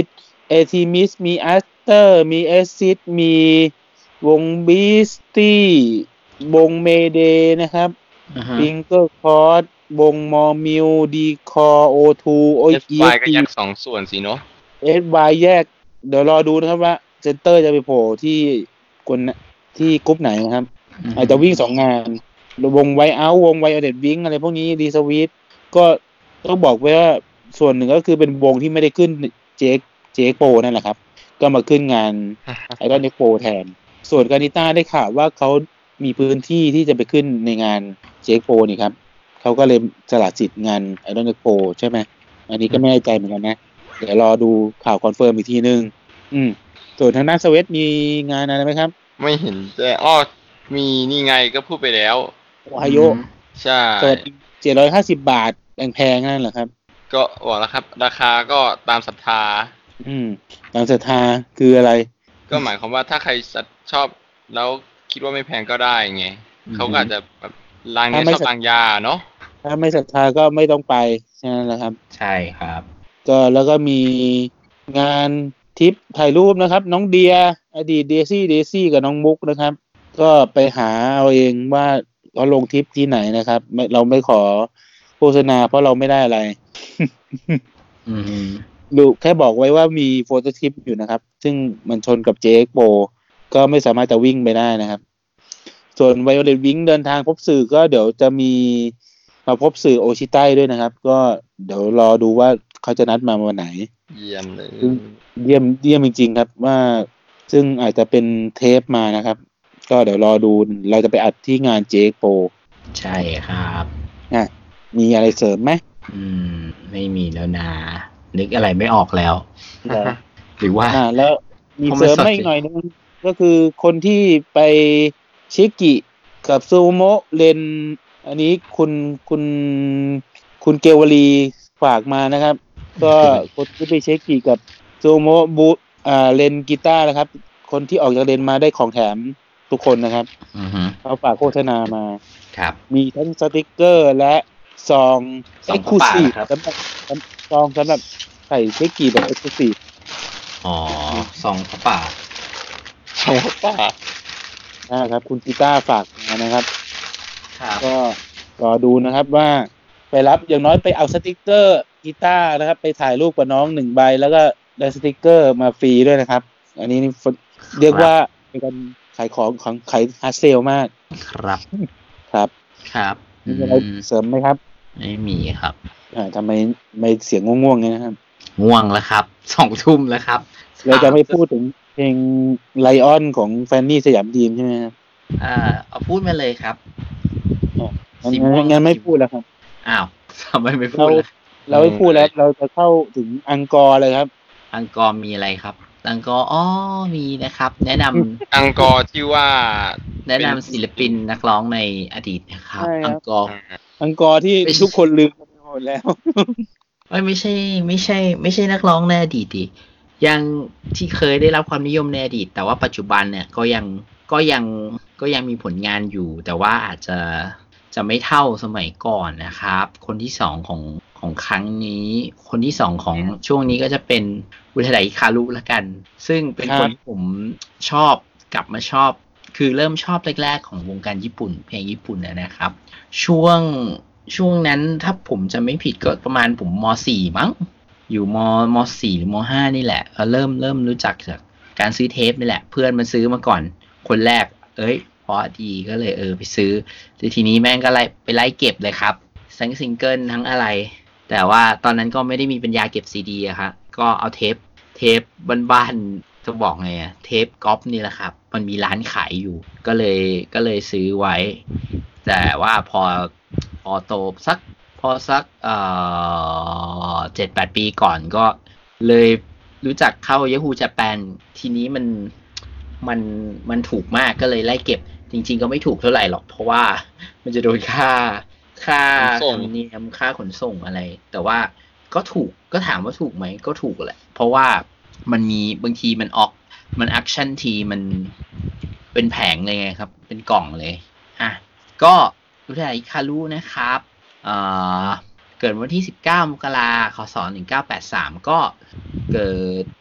เอทีมิสมีอัสเตอร์มีเอซิดมีวงบีสตี้วงเมเดนะครับฟิงเกอร์คอร์ดวงมอมิวดีคอโอทูโอเอส วาย ก็แยกสองส่วนสิเนาะเอส วาย แยกเดี๋ยวรอดูนะครับว่าเซนเตอร์จะไปโผล่ที่คนที่กรุ๊ปไหนนะครับอาจจะวิ่งสองงานวงไวเอาท์วงไวเอาเด็ดวิ่งอะไรพวกนี้ดีสวีทก็ต้องบอกไว้ว่าส่วนหนึ่งก็คือเป็นวงที่ไม่ได้ขึ้นเจคเจคโปรนั่นแหละครับก็มาขึ้นงานไอดอลเน็กโปรแทนส่วนกานิต้าได้ข่าวว่าเขามีพื้นที่ที่จะไปขึ้นในงานเจคโปรนี่ครับเขาก็เลยสละสิทธิ์งานไอดอลเน็กโปรใช่ไหมอันนี้ก็ไม่แน่ใจเหมือนกันนะเดี๋ยวรอดูข่าวคอนเฟิร์มอีกทีนึงอืมส่วนทางด้านสวีทมีงานอะไรไหมครับไม่เห็นแต่อ้อมีนี่ไงก็พูดไปแล้วโอไฮโอใช่สวัสดีเจ็ดร้อยห้าสิบบาทแพงๆนั่นเหรอครับก็บอกแล้วครับราคาก็ตามศรัทธาอืมตามศรัทธาคืออะไรก็หมายความว่าถ้าใครชอบแล้วคิดว่าไม่แพงก็ได้ไงเขาก็อาจจะแบบลางเนี้ยชอบลางยาเนาะถ้าไม่ศรัทธาก็ไม่ต้องไปใช่ไหมล่ะครับใช่ครับก็แล้วก็มีงานทริปถ่ายรูปนะครับน้องเดียอดีตเดซี่เดซี่กับน้องมุกนะครับก็ไปหาเอาเองว่าเขาลงทริปที่ไหนนะครับไม่เราไม่ขอโฆษณาเพราะเราไม่ได้อะไรอืมดูแค่บอกไว้ว่ามีโฟโต้ทริปอยู่นะครับซึ่งมันชนกับ เจ เอ็กซ์ Pro ก็ไม่สามารถจะวิ่งไปได้นะครับส่วน Violet Wing เดินทางพบสื่อก็เดี๋ยวจะมีมาพบสื่อโอชิไต้ด้วยนะครับก็เดี๋ยวรอดูว่าเขาจะนัดมาวันไหนเยี่ยมเลยเยี่ยมเยี่ยมจริงๆครับว่าซึ่งอาจจะเป็นเทปมานะครับก็เดี๋ยวรอดูเราจะไปอัดที่งาน เจ เอ็กซ์ Pro ใช่ครับอ่ะมีอะไรเสริมไหมอืมไม่มีแล้วนะนึกอะไรไม่ออกแล้วหรือว่าอ่าแล้วมีเสริมไม่อีกหน่อยนึงก็คือคนที่ไปชิกิกับซูโมะเลนอันนี้คุณคุณคุณเกวลีฝากมานะครับก็คนที่ไปเช็คกีกับซูโมะบูอ่าเลนกีตาร์นะครับคนที่ออกจากเลนมาได้ของแถมทุกคนนะครับอือฮึเขาฝากโฆษณามาครับมีทั้งสติกเกอร์และซองเอ็กซ์คลูซีฟสำหรับซองสำหรับใส่เช็คกีแบบเอ็กซ์คลูซีฟอ๋อซองพระป่าซองพระป่านะครับคุณกีตาร์ฝากมานะครับครับก็รอดูนะครับว่าไปรับอย่างน้อยไปเอาสติกเกอร์กีตาร์นะครับไปถ่ายรูปกับน้องหนึ่งใบแล้วก็ได้สติกเกอร์มาฟรีด้วยนะครับอันนี้เรียกว่าเป็นการขายของของขายฮาร์ดเซลมากครับครับครับมีอะไรเสริมไหมครับไม่มีครับอ่าทำไมไม่เสียงง่วงๆเนี่ยนะครับง่วงแล้วครับสองทุ่มแล้วครับเราจะไม่พูดถึงเพลงไลออนของแฟนนี่สยามดีมใช่ไหมครับอ่าเอาพูดมาเลยครับงั้นไม่พูดแล้วครับอ้าวทำไมไม่พูดล่ะเราไม่พูดแล้วเราจะเข้าถึงอังกอร์เลยครับอังกอร์มีอะไรครับอังกอร์อ๋อมีนะครับแนะนำอังกอร์ที่ว่าแนะนำศิลปินนักร้องในอดีตนะครับอังกอร์อังกอร์ที่ทุกคนลืมไปหมดแล้วเอ้ยไม่ใช่ไม่ใช่ไม่ใช่นักร้องในอดีตดิยังที่เคยได้รับความนิยมในอดีตแต่ว่าปัจจุบันเนี่ยก็ยังก็ยังก็ยังมีผลงานอยู่แต่ว่าอาจจะจะไม่เท่าสมัยก่อนนะครับคนที่สองของของครั้งนี้คนที่สองของช่วงนี้ก็จะเป็นอุทัยคารุละกันซึ่งเป็นคนที่ผมชอบกลับมาชอบคือเริ่มชอบแรกๆของวงการญี่ปุ่นเพลงญี่ปุ่นนะครับช่วงช่วงนั้นถ้าผมจะไม่ผิดก็ประมาณผมม.สี่ มั้งอยู่มม.สี่ หรือม.ห้า นี่แหละเริ่มเริ่มรู้จักจากการซื้อเทปนี่แหละเพื่อนมาซื้อมาก่อนคนแรกเอ้ยพอดีก็เลยเออไปซื้อทีนี้แม่งก็ไล่ไปไล่เก็บเลยครับทั้งซิงเกิลทั้งอะไรแต่ว่าตอนนั้นก็ไม่ได้มีปัญญาเก็บซีดีอะครับก็เอาเทปเทปบ้านๆจะบอกไงอะเทปก๊อปนี่แหละครับมันมีร้านขายอยู่ก็เลยก็เลยซื้อไว้แต่ว่าพอพอโตสักพอสักเอ่อ เจ็ดแปด ปีก่อนก็เลยรู้จักเข้า Yahoo Japan ทีนี้มันมันมันถูกมากก็เลยไล่เก็บจริงๆก็ไม่ถูกเท่าไหร่หรอกเพราะว่ามันจะโดนค่าค่าธรรมเนียมค่าขนส่งอะไรแต่ว่าก็ถูกก็ถามว่าถูกไหมก็ถูกแหละเพราะว่ามันมีบางทีมันออกมันแอคชั่นทีมันเป็นแผงเลยไงครับเป็นกล่องเลยอ่ะก็อุทัยคารุนะครับเอ่อเกิดวันที่สิบเก้ามกราคมพ.ศ. หนึ่งเก้าแปดสามก็เกิด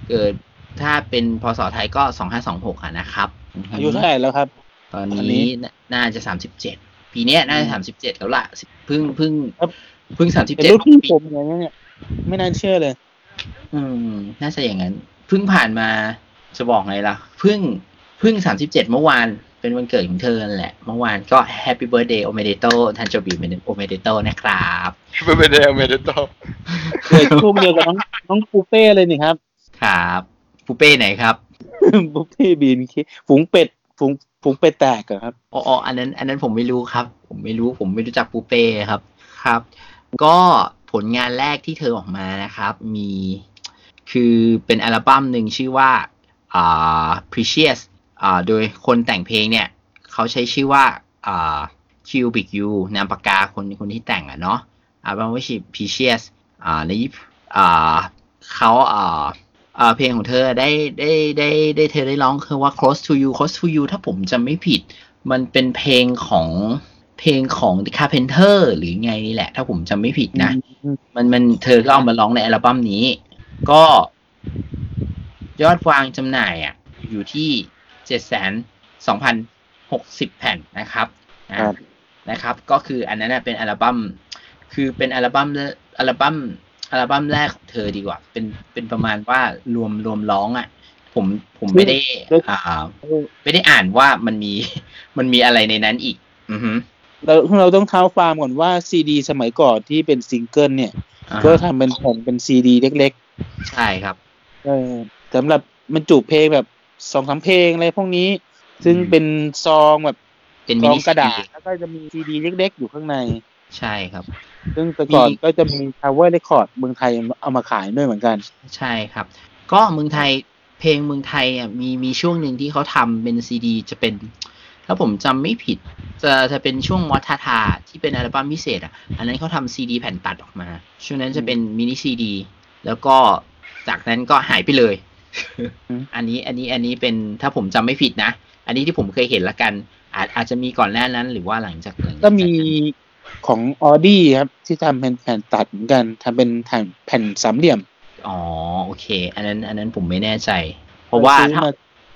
เกิดถ้าเป็นพศไทยก็สองห้าสองหกอ่ะนะครับอายุเท่าไหร่แล้วครับตอนนี้น่าจะสามสิบเจ็ดปีเนี้ยน่าจะสามสิบเจ็ดแล้วล่ะเพิ่งเพิ่งเพิ่งสามสิบเจ็ดรุ่นพี่ผมอย่างเงี้ยไม่น่าเชื่อเลยอืมน่าจะอย่างนั้นเพิ่งผ่านมาจะบอกไงล่ะเพิ่งเพิ่งสามสิบเจ็ดเมื่อวานเป็นวันเกิดของเธอแหละเมื่อวานก็แฮปปี้เบิร์ธเดย์โอเมเดโตทันโจบิโอเมเดโตนะครับแฮปปี้เบิร์ธเดย์โอเมเดโตเกิดช่วงเดียวกับน้องน้องปูเป้เลยนี่ครับครับปูเป้ไหนครับปูเป้บีนฝูงเป็ดฝูงฝูงเป็ดแตกครับอ๋ออันนั้นอันนั้นผมไม่รู้ครับผมไม่รู้ผมไม่รู้จักปูเป้ครับครับก็ผลงานแรกที่เธอออกมานะครับมีคือเป็นอัลบั้มหนึ่งชื่อว่าอ่า Precious อ่าโดยคนแต่งเพลงเนี่ยเขาใช้ชื่อว่าอ่า Cubic U นามปากกาคนคนที่แต่งอ่ะเนาะอัลบั้มว่าชื่อ Precious อ่าในอ่าเขาอ่าอ่าเพลงของเธอได้ได้ได้ได้เธอได้ร้องคือว่า Close to You Close to You ถ้าผมจำไม่ผิดมันเป็นเพลงของเพลงของ The Carpenter หรือไงนี่แหละถ้าผมจำไม่ผิดนะมันมันเธอก็เอามาร้องในอัลบั้มนี้ก็ยอดวางจำหน่ายอ่ะอยู่ที่ เจ็ดแสนสองพันหกสิบ แผ่นนะครับนะครับก็คืออันนั้นเป็นอัลบั้มคือเป็นอัลบั้มอัลบั้มอัลบั้มแรกของเธอดีกว่าเป็นเป็นประมาณว่ารวมรวมร้องอ่ะผมผมไม่ได้อ่าไม่ได้อ่านว่ามันมีมันมีอะไรในนั้นอีกอือฮึเราเราต้องเท้าความก่อนว่าซีดีสมัยก่อนที่เป็นซิงเกิลเนี่ยก็ทำเป็นแผ่นเป็นซีดีเล็กๆใช่ครับเออสำหรับบรรจุเพลงแบบ สองสาม เพลงอะไรพวกนี้ซึ่งเป็นซองแบบเป็นซองกระดาษแล้วก็จะมีซีดีเล็กๆอยู่ข้างในใช่ครับซึ่งแต่ก่อนก็จะมี Tower Record เมืองไทยเอามาขายด้วยเหมือนกันใช่ครับก็เมืองไทยเพลงเมืองไทยอ่ะมีมีช่วงหนึ่งที่เขาทำเป็นซีดีจะเป็นถ้าผมจำไม่ผิดจะจะเป็นช่วงมอทาทาที่เป็นอัลบั้มพิเศษอ่ะอันนั้นเขาทำซีดีแผ่นตัดออกมาช่วงนั้นจะเป็นมินิซีดีแล้วก็จากนั้นก็หายไปเลยอันนี้อันนี้อันนี้เป็นถ้าผมจำไม่ผิดนะอันนี้ที่ผมเคยเห็นละกันอาจอาจจะมีก่อนหน้านั้นหรือว่าหลังจากนั้นก็มีของ Audi ครับที่ทำเป็นแผ่นตัดเหมือนกันทำเป็นแผ่นแผ่นสามเหลี่ยมอ๋อโอเคอันนั้นอันนั้นผมไม่แน่ใจเพราะว่าถ้า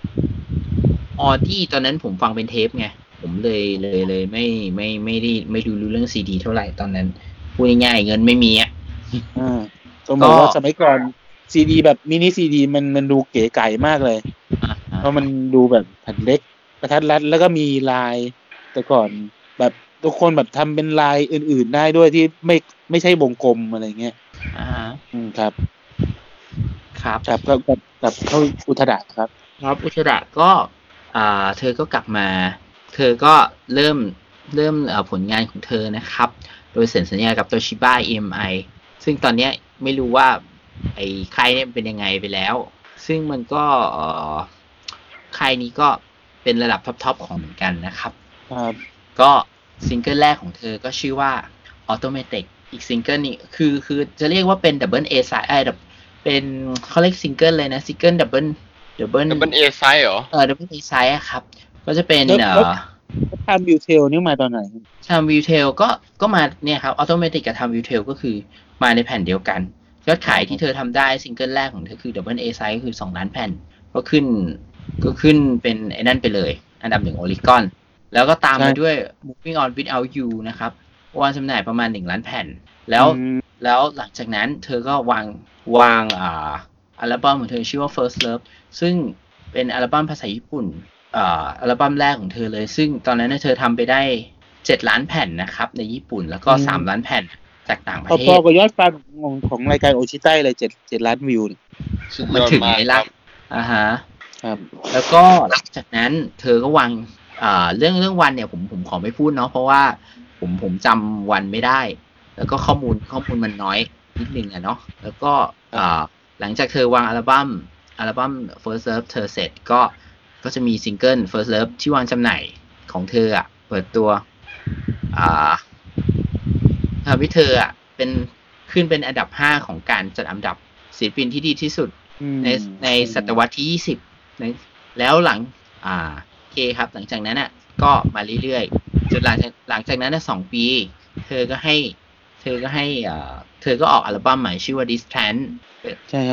Audi ตอนนั้นผมฟังเป็นเทปไงผมเลยเลยเลยไม่ไม่ไม่ได้ไม่ดูรู้เรื่องซีดีเท่าไหร่ตอนนั้นพูดง่ายๆเงินไม่มีอ่ะอ่าต้องบอกว่าสมัยก่อนซีดีแบบมินิซีดีมันมันดูเก๋ไก๋มากเลยเพราะมันดูแบบแผ่นเล็กกระทัดรัดแล้วก็มีลายแต่ก่อนแบบทุกคนแบบทำเป็นลายอื่นๆได้ด้วยที่ไม่ไม่ใช่วงกลมอะไรเงี้ยอ่าอืมครับครับครับก็กับเข้าอุทดะครับครับอุทดะก็อ่าเธอก็กลับมาเธอก็เริ่มเริ่มเอ่อผลงานของเธอนะครับโดยเซ็นสัญญากับ Toshiba เอ็ม ไอ ซึ่งตอนนี้ไม่รู้ว่าไอ้ค่ายเนี่ยเป็นยังไงไปแล้วซึ่งมันก็เอ่อค่ายนี้ก็เป็นระดับท็อปๆของเหมือนกันนะครับครับก็ซิงเกิลแรกของเธอก็ชื่อว่า Automatic อีกซิงเกิลนี้คือคือจะเรียกว่าเป็น Double A side ไอ้แบบเป็นเขาเรียกซิงเกิลเลยนะซิงเกิล Double Double Double A side เหรอเออ Double A side อ่ะครับก็จะเป็นเอ่อทำวิวเทลนี่มาตอนไหนทำวิวเทลก็ก็มาเนี่ยครับ Automatic กับทำวิวเทลก็คือมาในแผ่นเดียวกันยอดขายที่เธอทำได้ซิงเกิลแรกของเธอคือ Double A side ก็คือสองล้านแผ่นก็ขึ้นก็ขึ้นเป็นไอ้นั่นไปเลยอันดับหนึ่ง Oricon แล้วก็ตามมาด้วย Moving On Without You นะครับวางจำหน่ายประมาณหนึ่งล้านแผ่นแล้วแล้วหลังจากนั้นเธอก็วางวางอ่าอัลบั้มของเธอชื่อว่า First Love ซึ่งเป็นอัลบั้มภาษาญี่ปุ่นอ่าอัลบั้มแรกของเธอเลยซึ่งตอนนั้นเธอทำไปได้เจ็ดล้านแผ่นนะครับในญี่ปุ่นแล้วก็สามล้านแผ่นจากต่างประเทศพอๆกับยอดฟังของของรายการโอชิไต้เลยเจ็ด เจ็ดล้านวิวมันถึงไหมล่ะอ่าฮะครับแล้วก็หลังจากนั้นเธอก็วางอ่าเรื่องเรื่องวันเนี่ยผมผมขอไม่พูดเนาะเพราะว่าผมผมจำวันไม่ได้แล้วก็ข้อมูลข้อมูลมันน้อยนิดนึงอะเนาะแล้วก็อ่าหลังจากเธอวางอัลบั้มอัลบั้ม First Love เธอเสร็จก็ก็จะมีซิงเกิล First Love ที่วางจำหน่ายของเธออ่ะเปิดตัวอ่าทำให้เธออ่ะเป็นขึ้นเป็นอันดับห้าของการจัดอันดับศิลปินที่ดีที่สุดในในศตวรรษที่ยี่สิบนะแล้วหลังอ่าโอเคครับหลังจากนั้นอ่ะก็มาเรื่อยๆจนหลังจากหลังจากนั้นน่ะสองปีเธอก็ให้เธอก็ให้อ่าเธอก็ออกอัลบั้มใหม่ชื่อว่า Distant ใช่ครับ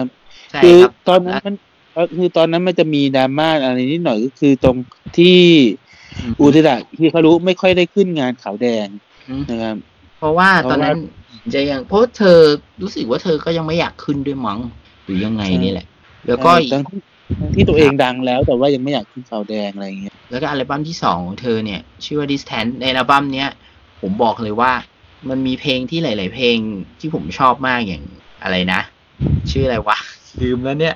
ใช่คือครับตอนนั้นมันเอ่อคือตอนนั้นมันจะมีดราม่าอะไรนิดหน่อยก็คือตรงที่อืมอุทดะที่เขารู้ไม่ค่อยได้ขึ้นงานขาวแดงอืมนะครับเพราะว่าเพตอราะนว่านั้นจะยังเพราะเธอรู้สึกว่าเธอก็ยังไม่อยากขึ้นด้วยมั้งหรือยังไงใช่นี่แหละ แล้วก็ใช่อีกทั้งที่ทั้งที่ตัวเองดังแล้วแต่ว่ายังไม่อยากขึ้นขาวแดงอะไรอย่างเงี้ยแล้วก็อัลบั้มที่สองของเธอเนี่ย ชื่อว่า Distance ในอัลบั้มเนี้ย ผมบอกเลยว่ามันมีเพลงที่หลาย ๆ เพลงที่ผมชอบมากอย่างอะไรนะ ชื่ออะไรวะ ลืมแล้วเนี่ย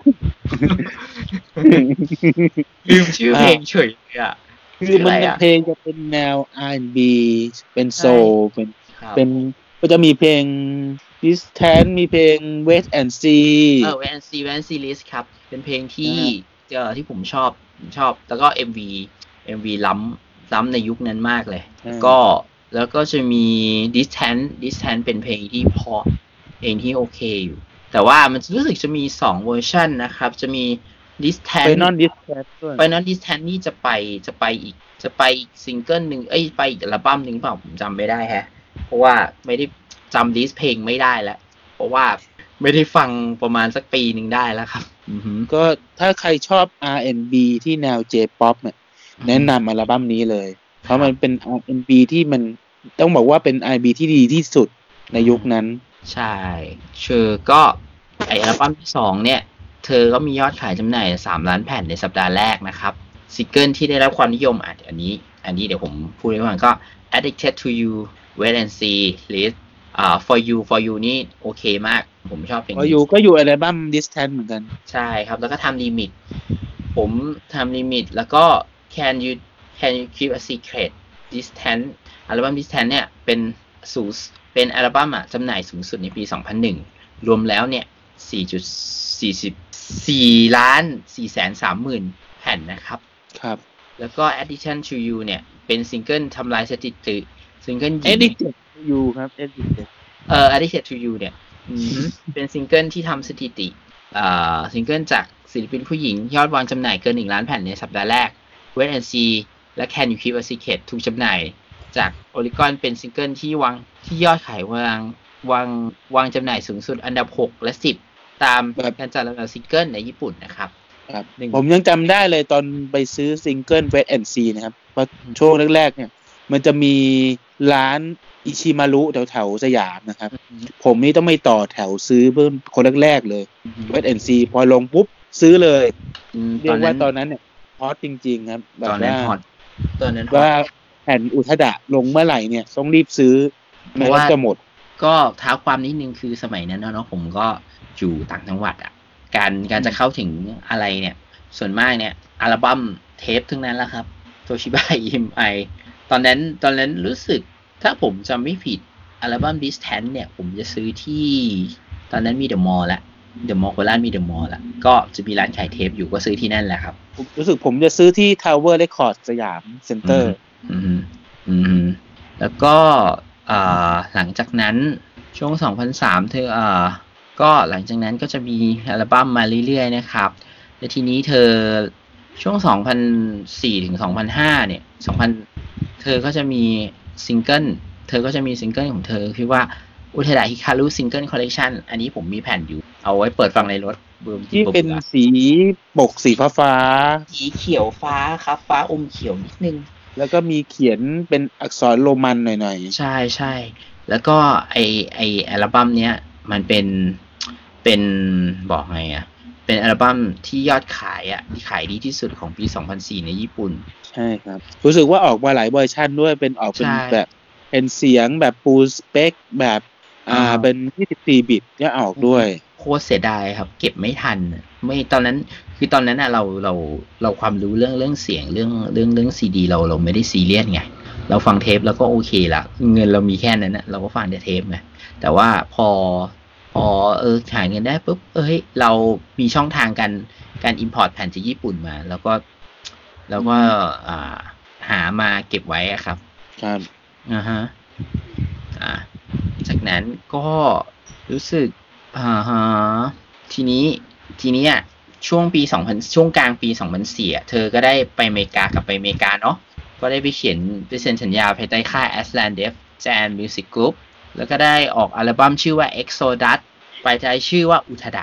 ลืมชื่อเพลงเฉยเลยอ่ะคือมันชื่ะไรอะเพลงจะเป็นแนว อาร์ แอนด์ บี เป็นโซลเป็นครับเป็นก็จะมีเพลง Distance มีเพลง Wait and See เออ Wait and See Wait and See List ครับ เป็นเพลงที่เอ่อที่ผมชอบผมชอบ แล้วก็ เอ็ม วี เอ็ม วี ล้ำล้ำในยุคนั้นมากเลยอืมก็แล้วก็จะมี Distance Distance เป็นเพลงที่เพราะเพลงที่โอเคอยู่ แต่ว่ามันรู้สึกจะมีสองเวอร์ชันนะครับ จะมี Distance Final Distance ด้วย Final Distance นี่จะไปจะไปอีกจะไปอีกซิงเกิลหนึ่งเอ้ยไปอีกอัลบั้มหนึ่งเปล่าผมจำไม่ได้แฮะ เพราะว่าไม่ได้จำลิสต์เพลงไม่ได้แล้ว เพราะว่าไม่ได้ฟังประมาณสักปีหนึ่งได้แล้วครับ อือฮึก็ถ้าใครชอบ อาร์ แอนด์ บี ที่แนว J-pop เนี่ยแนะนำอัลบั้มนี้เลย เพราะมันเป็น อาร์ แอนด์ บี ที่มันต้องบอกว่าเป็น อาร์ แอนด์ บี ที่ดีที่สุดในยุคนั้นใช่เชอก็ไออัลบั้มที่สองเนี่ย เธอก็มียอดขายจำหน่ายสามล้านแผ่นในสัปดาห์แรกนะครับซิงเกิลที่ได้รับความนิยมอ่ะอันนี้อันนี้เดี๋ยวผมพูดให้ฟังก็ Addicted to You Wait and See List อ่า For You For You นี่โอเคมากผมชอบเพลงก็นี้อยู่ก็อยู่อัลบั้ม Distance เหมือนกันใช่ครับ แล้วก็ทำลิมิต ผมทำลิมิต แล้วก็ Can You Can You Keep a Secret Distance อัลบั้ม Distance เนี่ยเป็นสูงเป็นอัลบั้มอ่ะจำหน่ายสูงสุดในปี สองพันหนึ่ง รวมแล้วเนี่ย สี่จุดสี่สี่ ล้าน สี่แสนสามหมื่น แผ่นนะครับครับแล้วก็ Addiction to You เนี่ยเป็นซิงเกิลทำลายสถิติซิงเกิลหญิง Addicted to You ครับ Addicted เอ่อ Addicted to You เนี่ยอืม เป็นซิงเกิลที่ทำสถิติอ่าซิงเกิลจากศิลปินผู้หญิงยอดวางจำหน่ายเกินหนึ่งล้านแผ่นในสัปดาห์แรก Wait and See และ Can You Keep a Secret ถูกจำหน่ายจาก Oricon เป็นซิงเกิลที่วางที่ยอดขายวางวางวางจำหน่ายสูงสุดอันดับหกและสิบตามครับการจัดลำดับซิงเกิลในญี่ปุ่นนะครับครับหนึ่งผมยังจำได้เลยตอนไปซื้อซิงเกิล Wait and See นะครับเพราะช่วงแรกๆเนี่ยมันจะมีร้านอิชิมารุแถวๆสยามนะครับ ผมนี่ต้องไม่ต่อแถวซื้อเพิ่มคนแรกๆเลย Wait and See พอลงปุ๊บซื้อเลยอืมเรียกว่าตอนนั้นเนี่ยฮอตจริงๆครับแบบตอนนั้นว่าฮอตตอนนั้นฮอว่าตแผ่นอุทดะลงเมื่อไหร่เนี่ยต้องรีบซื้อเพไม่ราะงั้ว่านจะหมดก็ท้าความนิดนึงคือสมัยนั้นเนาะผมก็อยู่ต่างจังหวัดอ่ะ การการจะเข้าถึงอะไรเนี่ย ส่วนมากเนี่ยอัลบั้มเทปทั้งนั้นแหละครับโตชิบะ อี เอ็ม ไอ ตอนนั้นตอนนั้นรู้สึกถ้าผมจำไม่ผิดอัลบั้ม Distance เนี่ย ผมจะซื้อที่ตอนนั้นมีเดอะมอลล์ละเดอะมอลล์โคราชมีเดอะมอลล์ละก็จะมีร้านขายเทปอยู่ก็ซื้อที่นั่นแหละครับผมรู้สึกผมจะซื้อที่ Tower Records สยามเซ็นเตอร์อืมอืมอืมแล้วก็อ่าหลังจากนั้นช่วงสองพันสามเธออ่าก็หลังจากนั้นก็จะมีอัลบั้มมาเรื่อยๆนะครับและทีนี้เธอช่วงสองพันสี่ถึงสองพันห้าเนี่ยสองพันเธอก็จะมีซิงเกิลเธอก็จะมีซิงเกิลของเธอคือว่าอุทดะฮิคารุซิงเกิลคอลเลกชันอันนี้ผมมีแผ่นอยู่เอาไว้เปิดฟังในรถเบิ่มที่เป็นสีปกสีฟ้าฟ้าสีเขียวฟ้าครับฟ้าอมเขียวนิดนึงๆแล้วก็มีเขียนเป็นอักษรโรมันหน่อยใช่ใช่แล้วก็ไอไออัลบั้มเนี้ยมันเป็นเป็นบอกไงอ่ะเป็นอัลบั้มที่ยอดขายอ่ะที่ขายดีที่สุดของปีสองพันสี่ในญี่ปุ่นๆ ใช่ครับ รู้สึกว่าออกมาหลายเวอร์ชันด้วยเป็นออกเป็นใช่แบบเป็นเสียงแบบฟูลสเปคแบบอ่าอ่าเป็นยี่สิบสี่บิตเนี่ยออกด้วยโคตรเสียดายครับ เก็บไม่ทันอะไม่ตอนนั้นคือตอนนั้นอ่ะเราเราเราความรู้เรื่องเรื่องเสียงเรื่องเรื่องเรื่องซีดีเราเราไม่ได้ซีเรียสไงเราฟังเทปแล้วก็โอเคละเงินเรามีแค่นั้นนะเราก็ฟังแต่เทปไงแต่ว่าพอพอเออหาเงินได้ปุ๊บเอ้ยเรามีช่องทางการการอิมพอร์ตแผ่นจากญี่ปุ่นมา แล้วก็แล้วก็อ่าหามาเก็บไว้อะครับครับอ่าฮะอ่าจากนั้นก็รู้สึกอ่าฮะทีนี้ทีนี้อ่ะช่วงปีสองพันช่วงกลางปีสองพันสี่อ่ะเธอก็ได้ไปอเมริกากลับไปอเมริกาเนาะก็ได้ไปเขียนไปเซ็นสัญญาภายใต้ค่าย Aslan Deaf Jazz Music Group แล้วก็ได้ออกอัลบั้มชื่อว่า Exodus ไปใช้ชื่อว่าอุทดะ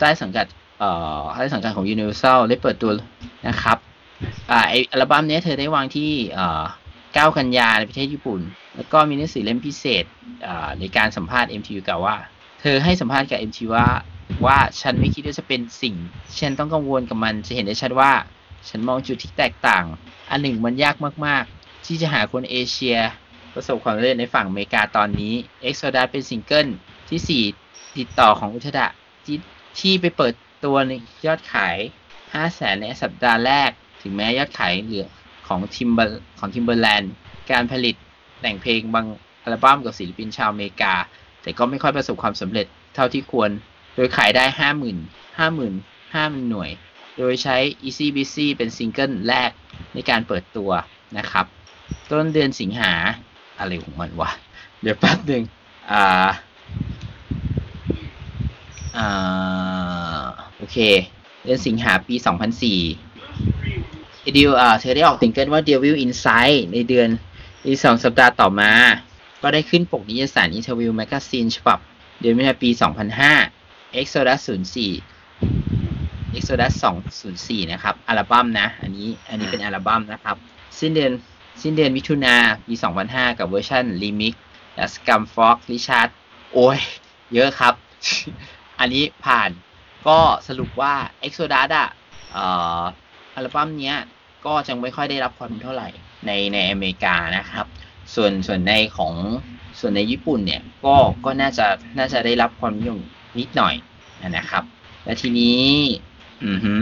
ใต้สังกัดเอ่อใต้สังกัดของ Universal ได้เปิดตัวนะครับอ่าไออัลบั้มนี้เธอได้วางที่เอ่อเก้ากันยาในประเทศญี่ปุ่นแล้วก็มีหนังสือเล่มพิเศษอ่าในการสัมภาษณ์ เอ็ม ที วี กล่าวว่าเธอให้สัมภาษณ์กับ เอ็ม ที วี ว่าว่าฉันไม่คิดว่าจะเป็นสิ่งฉันต้องกังวลกับมันจะเห็นได้ชัดว่าฉันมองจุดที่แตกต่างอันหนึ่งมันยากมากๆที่จะหาคนเอเชียประสบความสำเร็จในฝั่งอเมริกาตอนนี้ Exodus เป็นซิงเกิลที่สี่ติดต่อของอุทดะที่ที่ไปเปิดตัวในยอดขาย ห้าแสน ในสัปดาห์แรกถึงแม้ยอดขายเหลือของ Timber ของ Timberland การผลิตแต่งเพลงบางอัลบั้มกับศิลปินชาวอเมริกาแต่ก็ไม่ค่อยประสบความสำเร็จเท่าที่ควรโดยขายได้ ห้าหมื่น ห้าหมื่น ห้าหมื่น หน่วยโดยใช้ Easy Busy เป็นซิงเกิลแรกในการเปิดตัวนะครับต้นเดือนสิงหาอะไรของมันวะเดี๋ยวแป๊บนึงอ่าอ่าโอเคเดือนสิงหาปีสองพันสี่ดิวอ่าเธอได้ออกซิงเกิลว่า Devil Inside ในเดือนอีกสองสัปดาห์ต่อมาก็ได้ขึ้นปกนิตยสาร Interview Magazine ฉบับเดือนมิถุนายนปีสองพันห้า Exodus ศูนย์สี่ Exodus สองพันสี่นะครับอัลบั้มนะอันนี้อันนี้เป็นอัลบั้มนะครับสิ้นเดือนสิ้นเดือนมิถุนายนปีสองพันห้ากับเวอร์ชันรีมิกซ์และ Scum Fox Richard โอ้ยเยอะครับ อันนี้ผ่านก็สรุปว่า Exodus อ่ะเอ่ออัลบั้มเนี้ยก็จังไม่ค่อยได้รับความนิยมเท่าไหร่ในในอเมริกานะครับส่วนส่วนในของส่วนในญี่ปุ่นเนี่ยก็ก็น่าจะน่าจะได้รับความนิยมนิดหน่อยนะครับและทีนี้อือฮึ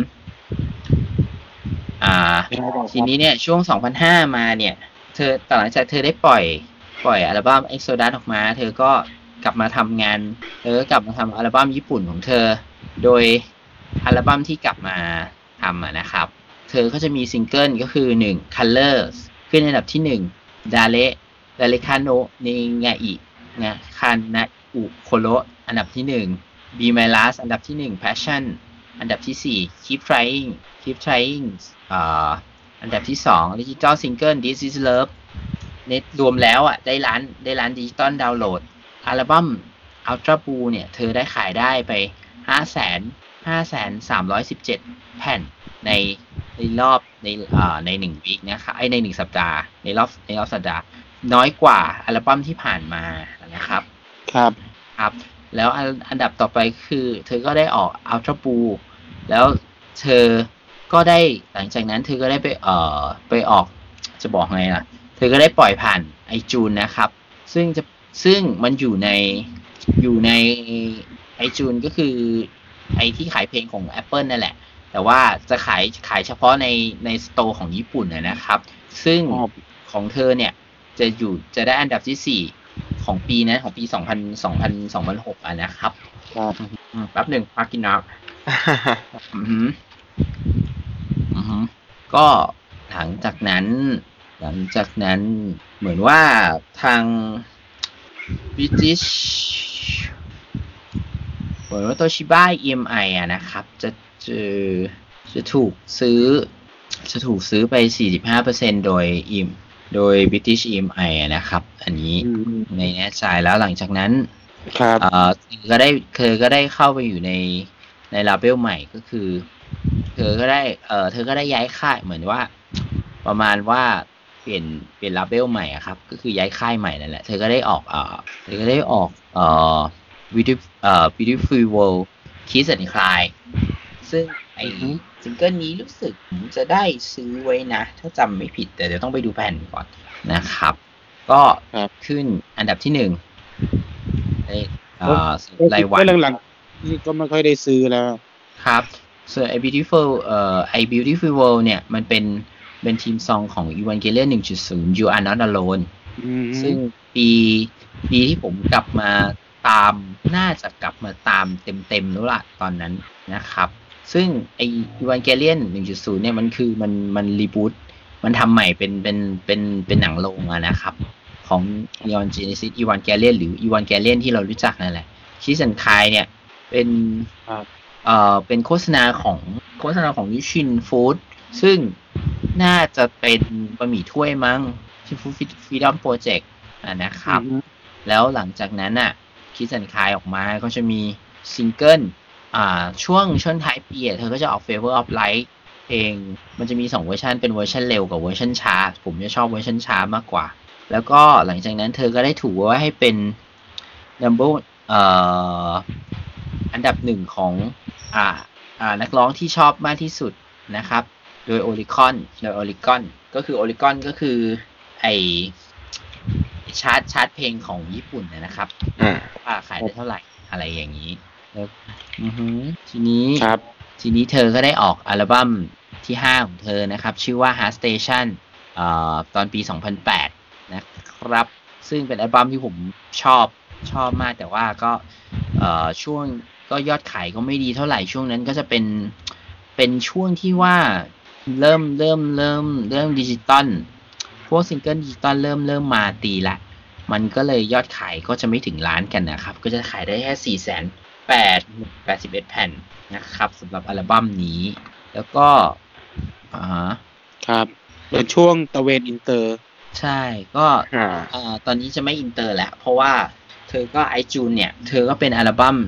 อ่าทีนี้เนี่ยช่วงสองพันห้ามาเนี่ยเธอต่อหลังจากเธอได้ปล่อยปล่อยอัลบั้ม Exodus ออกมาเธอก็กลับมาทำงานเธอกลับมาทำอัลบั้มญี่ปุ่นของเธอโดยอัลบั้มที่กลับมาทำนะครับเธอก็จะมีซิงเกิลก็คือหนึ่ง Colors ขึ้นอันดับที่หนึ่ง Dare Dare Kano Negai นะคานาอุโคโรอันดับที่หนึ่ง Be My Last อันดับที่หนึ่ง Passion อันดับที่สี่ Keep Trying Keep Trying อ่าอันดับที่สอง Digital Single This Is Love เน็ตรวมแล้วอ่ะได้ล้านได้ล้านดิจิตอลดาวน์โหลดอัลบั้ม Ultra Blue เนี่ยเธอได้ขายได้ไป ห้าแสน ห้าแสนสามร้อยสิบเจ็ด แผ่นในในรอบในอ่าในหนึ่งวีคนะคะไอ้ในหนึ่งสัปดาห์ในรอบในรอบสัปดาห์น้อยกว่าอัลบั้มที่ผ่านมานะครับครับครับแล้วอันดับต่อไปคือเธอก็ได้ออก Ultra Blue แล้วเธอก็ได้หลังจากนั้นเธอก็ได้ไปเอ่อไปออกจะบอกไงล่ะเธอก็ได้ปล่อยผ่าน iTunes นะครับซึ่งจะซึ่งมันอยู่ในอยู่ใน iTunes ก็คือไอที่ขายเพลงของ Apple นั่นแหละแต่ว่าจะขายขายเฉพาะในในสโตร์ของญี่ปุ่นนะครับซึ่งของเธอเนี่ยจะอยู่จะได้อันดับที่สี่ของปีนะของปีสองพัน สองพัน สองพันหกอ่ะนะครับครับแป๊บหนึ่งพักกินน้ำอือหืออือหือก็หลังจากนั้นหลังจากนั้นเหมือนว่าทาง British เหมือนว่า Toshiba อี เอ็ม ไอ อ่ะนะครับจะจะจะถูกซื้อจะถูกซื้อไป สี่สิบห้าเปอร์เซ็นต์ โดยอิมโดย British อี เอ็ม ไอ นะครับอันนี้ในแน่ใจแล้วหลังจากนั้นครับเอ่อก็ได้เธอก็ได้เข้าไปอยู่ในในลาเบลใหม่ก็คือเธอก็ได้เอ่อเธอก็ได้ย้ายค่ายเหมือนว่าประมาณว่าเปลี่ยนเปลี่ยนลาเบลใหม่อ่ะครับก็คือย้ายค่ายใหม่นั่นแหละเธอก็ได้ออกเอ่อเธอก็ได้ออกเอ่อ Beautiful เอ่อ Beautiful World Kiss and Cry ซึ่งไอซิงเกิลนี้รู้สึกผมจะได้ซื้อไว้นะถ้าจำไม่ผิดแต่เดี๋ยวต้องไปดูแผ่นก่อนนะครับก็ขึ้นอันดับที่หนึ่งในรายวันหลังๆนี่ก็ไม่ค่อยได้ซื้อแล้วครับส่วน I Beautiful เอ่อ I Beautiful World เนี่ยมันเป็นเป็นทีมซองของ Evangelion หนึ่งจุดศูนย์ You Are Not Alone ซึ่งปีปีที่ผมกลับมาตามน่าจะกลับมาตามเต็มๆแล้วล่ะตอนนั้นนะครับซึ่งไอ้ Evangelion หนึ่งจุดศูนย์ เนี่ยมันคือมันมันรีบูตมันทำใหม่เป็นเป็นเป็นเป็นหนังโรงอะนะครับของ Neon Genesis Evangelion หรือ Evangelion ที่เรารู้จักนั่นแหละชิซันไคเนี่ยเป็นเอ่อเป็นโฆษณาของโฆษณาของนิชินฟู้ดซึ่งน่าจะเป็นบะหมี่ถ้วยมั้งที่ฟู้ดฟรีดอมโปรเจกต์อ่ะนะครับแล้วหลังจากนั้นอ่ะชิซันไคออกมาก็จะมีซิงเกิลอ่าช่วงช่วงท้ายปีเธอก็จะออก Favor of Light เพลงมันจะมีสองเวอร์ชันเป็นเวอร์ชันเร็วกับเวอร์ชันช้าผมจะชอบเวอร์ชันช้ามากกว่าแล้วก็หลังจากนั้นเธอก็ได้ถูกว่าให้เป็น number เอ่ออันดับหนึ่งของอ่าอ่านักร้องที่ชอบมากที่สุดนะครับโดย Oricon โดย Oricon ก็คือ Oricon ก็คือไอชาร์ตชาร์ตเพลงของญี่ปุ่นนะครับว่าขายได้เท่าไหร่อะไรอย่างนี้แล้วอือฮึทีนี้ครับทีนี้เธอก็ได้ออกอัลบั้มที่ห้าของเธอนะครับชื่อว่า Heart Station เอ่อตอนปีสองพันแปดนะครับซึ่งเป็นอัลบั้มที่ผมชอบชอบมากแต่ว่าก็เอ่อช่วงก็ยอดขายก็ไม่ดีเท่าไหร่ช่วงนั้นก็จะเป็นเป็นช่วงที่ว่าเริ่มเริ่มเริ่มเริ่มดิจิตอลพวกซิงเกิลดิจิตอลเริ่มเริ่มมาตีละมันก็เลยยอดขายก็จะไม่ถึงล้านกันนะครับก็จะขายได้แค่สี่แสนแปดแปดสิบเอ็ดแผ่นนะครับสำหรับอัลบั้มนี้แล้วก็อ่าครับเป็นช่วงตะเวนอินเตอร์ใช่ก็อ่าตอนนี้จะไม่อินเตอร์แล้วเพราะว่าเธอก็ไอจูนเนี่ยเธอก็เป็นอัลบั้ม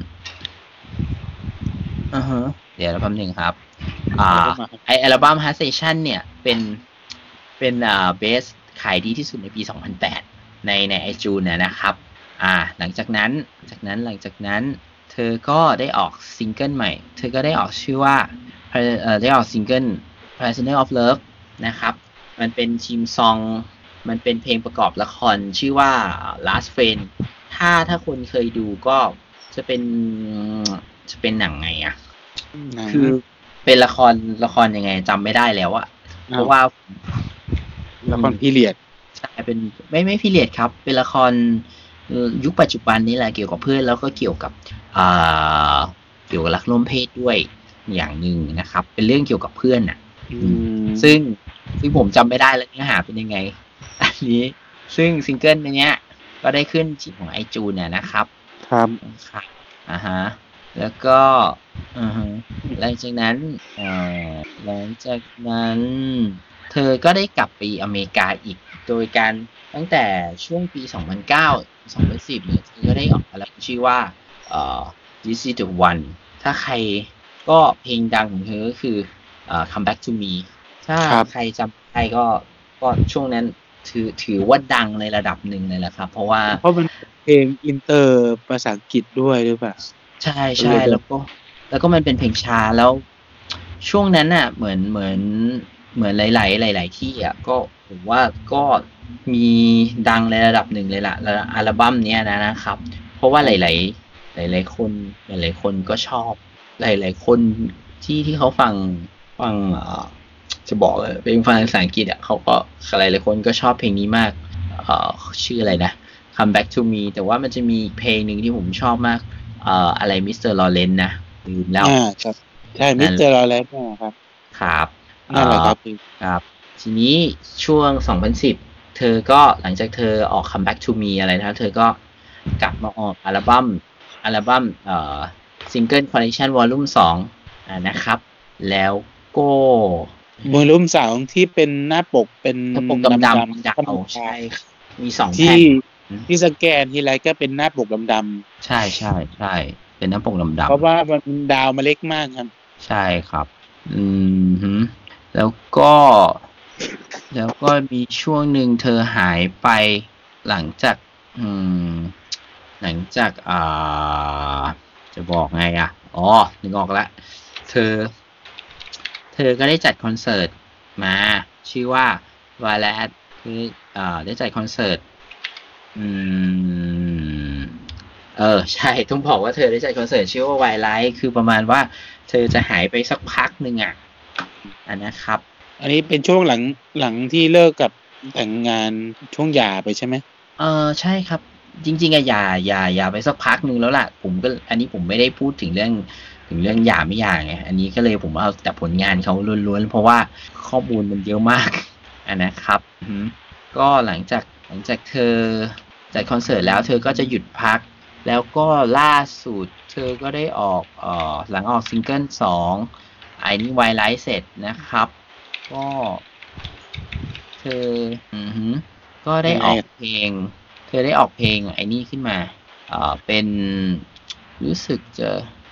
อือฮะเดี๋ยวอัลบั้มหนึ่งครับอ่าไออัลบั้ม Heart Station เนี่ยเป็นเป็นอ่าเบสขายดีที่สุดในปีสองพันแปดในในไอจูนนะครับอ่าหลังจากนั้นจากนั้นหลังจากนั้นเธอก็ได้ออกซิงเกิลใหม่เธอก็ได้ออกชื่อว่าเอ่อได้ออกซิงเกิล Prisoner of Love นะครับมันเป็นทีมซองมันเป็นเพลงประกอบละครชื่อว่า Last Friend ถ้าถ้าคนเคยดูก็จะเป็นจะเป็นหนังไงอ่ะคือเป็นละครละครยังไงจำไม่ได้แล้วอะเพราะว่าละครพีเรียดใช่เป็นไม่ไม่พีเรียดครับเป็นละครยุคปัจจุบันนี่แหละเกี่ยวกับเพื่อนแล้วก็เกี่ยวกับอ่าเกี่ยวกับรักร่วมเพศด้วยอย่างหนึ่งนะครับเป็นเรื่องเกี่ยวกับเพื่อนน่ะซึ่งซึ่งผมจำไม่ได้แล้วเนื้อหาเป็นยังไงอันนี้ซึ่งซิงเกิลเนี้ยก็ได้ขึ้นของไอจูนเนี่ยนะครับครับครับอ่าฮะแล้วก็อือฮึหลังจากนั้นเอ่อหลังจากนั้นเธอก็ได้กลับไปอเมริกาอีกโดยการตั้งแต่ช่วงปีสองพันเก้า สองพันสิบเนี่ยเธอก็ได้ออกอัลบั้มชื่อว่าเอ่อ This is the One ถ้าใครก็เพลงดังของเธอก็คือเอ่อ Come Back to Me ถ้าใครจำได้ก็ก็ช่วงนั้นถือถือว่าดังในระดับหนึ่งเลยแหละครับเพราะว่าเพราะมันเพลงอินเตอร์ภาษาอังกฤษด้วยหรือเปล่าใช่ใช่แล้วก็แล้วก็มันเป็นเพลงช้าแล้วช่วงนั้นน่ะเหมือนเหมือนเหมือนหลายๆหลายๆที่อ่ะก็ผมว่าก็มีดังในระดับหนึ่งเลยล่ะอัลบั้มเนี้ยนะนะครับเพราะว่าหลายๆหลายๆคนหลายๆคนก็ชอบหลายๆคนที่ที่เขาฟังฟังเอ่อจะบอกเลยเพลงฟังภาษาอังกฤษอ่ะเขาก็หลายๆคนก็ชอบเพลงนี้มากเอ่อชื่ออะไรนะ Come Back to Me แต่ว่ามันจะมีเพลงหนึ่งที่ผมชอบมากเอ่ออะไรมิสเตอร์ลอเรนซ์นะลืมแล้วอ่าครับใช่มิสเตอร์ลอเรนซ์นะครับครับนั่นแหละครับครับทีนี้ช่วงสองพันสิบเธอก็หลังจากเธอออก Come Back to Me อะไรนะเธอก็กลับมาออกอัลบั้มอัลบั้มเอ่อ Single Collection Volume สองอ่านะครับแล้วก็วอลลุ่มสองที่เป็นหน้าปกเป็นหน้าปกดำๆดำๆใช่มีสองแผ่นที่ที่สแกนทีไรก็เป็นหน้าปกดำๆใช่ใช่ใช่เป็นหน้าปกดำๆเพราะว่ามันดาวมาเล็กมากครับใช่ครับอืมฮึแล้วก็แล้วก็มีช่วงหนึ่งเธอหายไปหลังจากอืมหลังจากอ่าจะบอกไงอ่ะอ๋อนึกออกแล้วเธอเธอก็ได้จัดคอนเสิร์ตมาชื่อว่าวาแลตคืออ่าได้จัดคอนเสิร์ตอืมเออใช่ต้องบอกว่าเธอได้จัดคอนเสิร์ตชื่อว่าไวไลท์คือประมาณว่าเธอจะหายไปสักพักหนึ่งอ่ะอันนะครับอันนี้เป็นช่วงหลังหลังที่เลิกกับแต่งงานช่วงหย่าไปใช่ไหมเออใช่ครับจริงๆอะหย่าหย่าหย่าไปสักพักหนึ่งแล้วล่ะผมก็อันนี้ผมไม่ได้พูดถึงเรื่องถึงเรื่องหย่าไม่หย่าไงอันนี้ก็เลยผมเอาแต่ผลงานเขาล้วนๆเพราะว่าข้อมูลมันเยอะมากอันนะครับก็หลังจากหลังจากเธอจัดคอนเสิร์ตแล้วเธอก็จะหยุดพักแล้วก็ล่าสุดเธอก็ได้ออกเอ่อหลังออกซิงเกิลสองไอ้นี่ไวไลท์เสร็จนะครับก็เธออือฮึก็ได้ออกเพลงเธอได้ออกเพลงไอ้นี่ขึ้นมาเอ่อเป็นรู้สึกจะ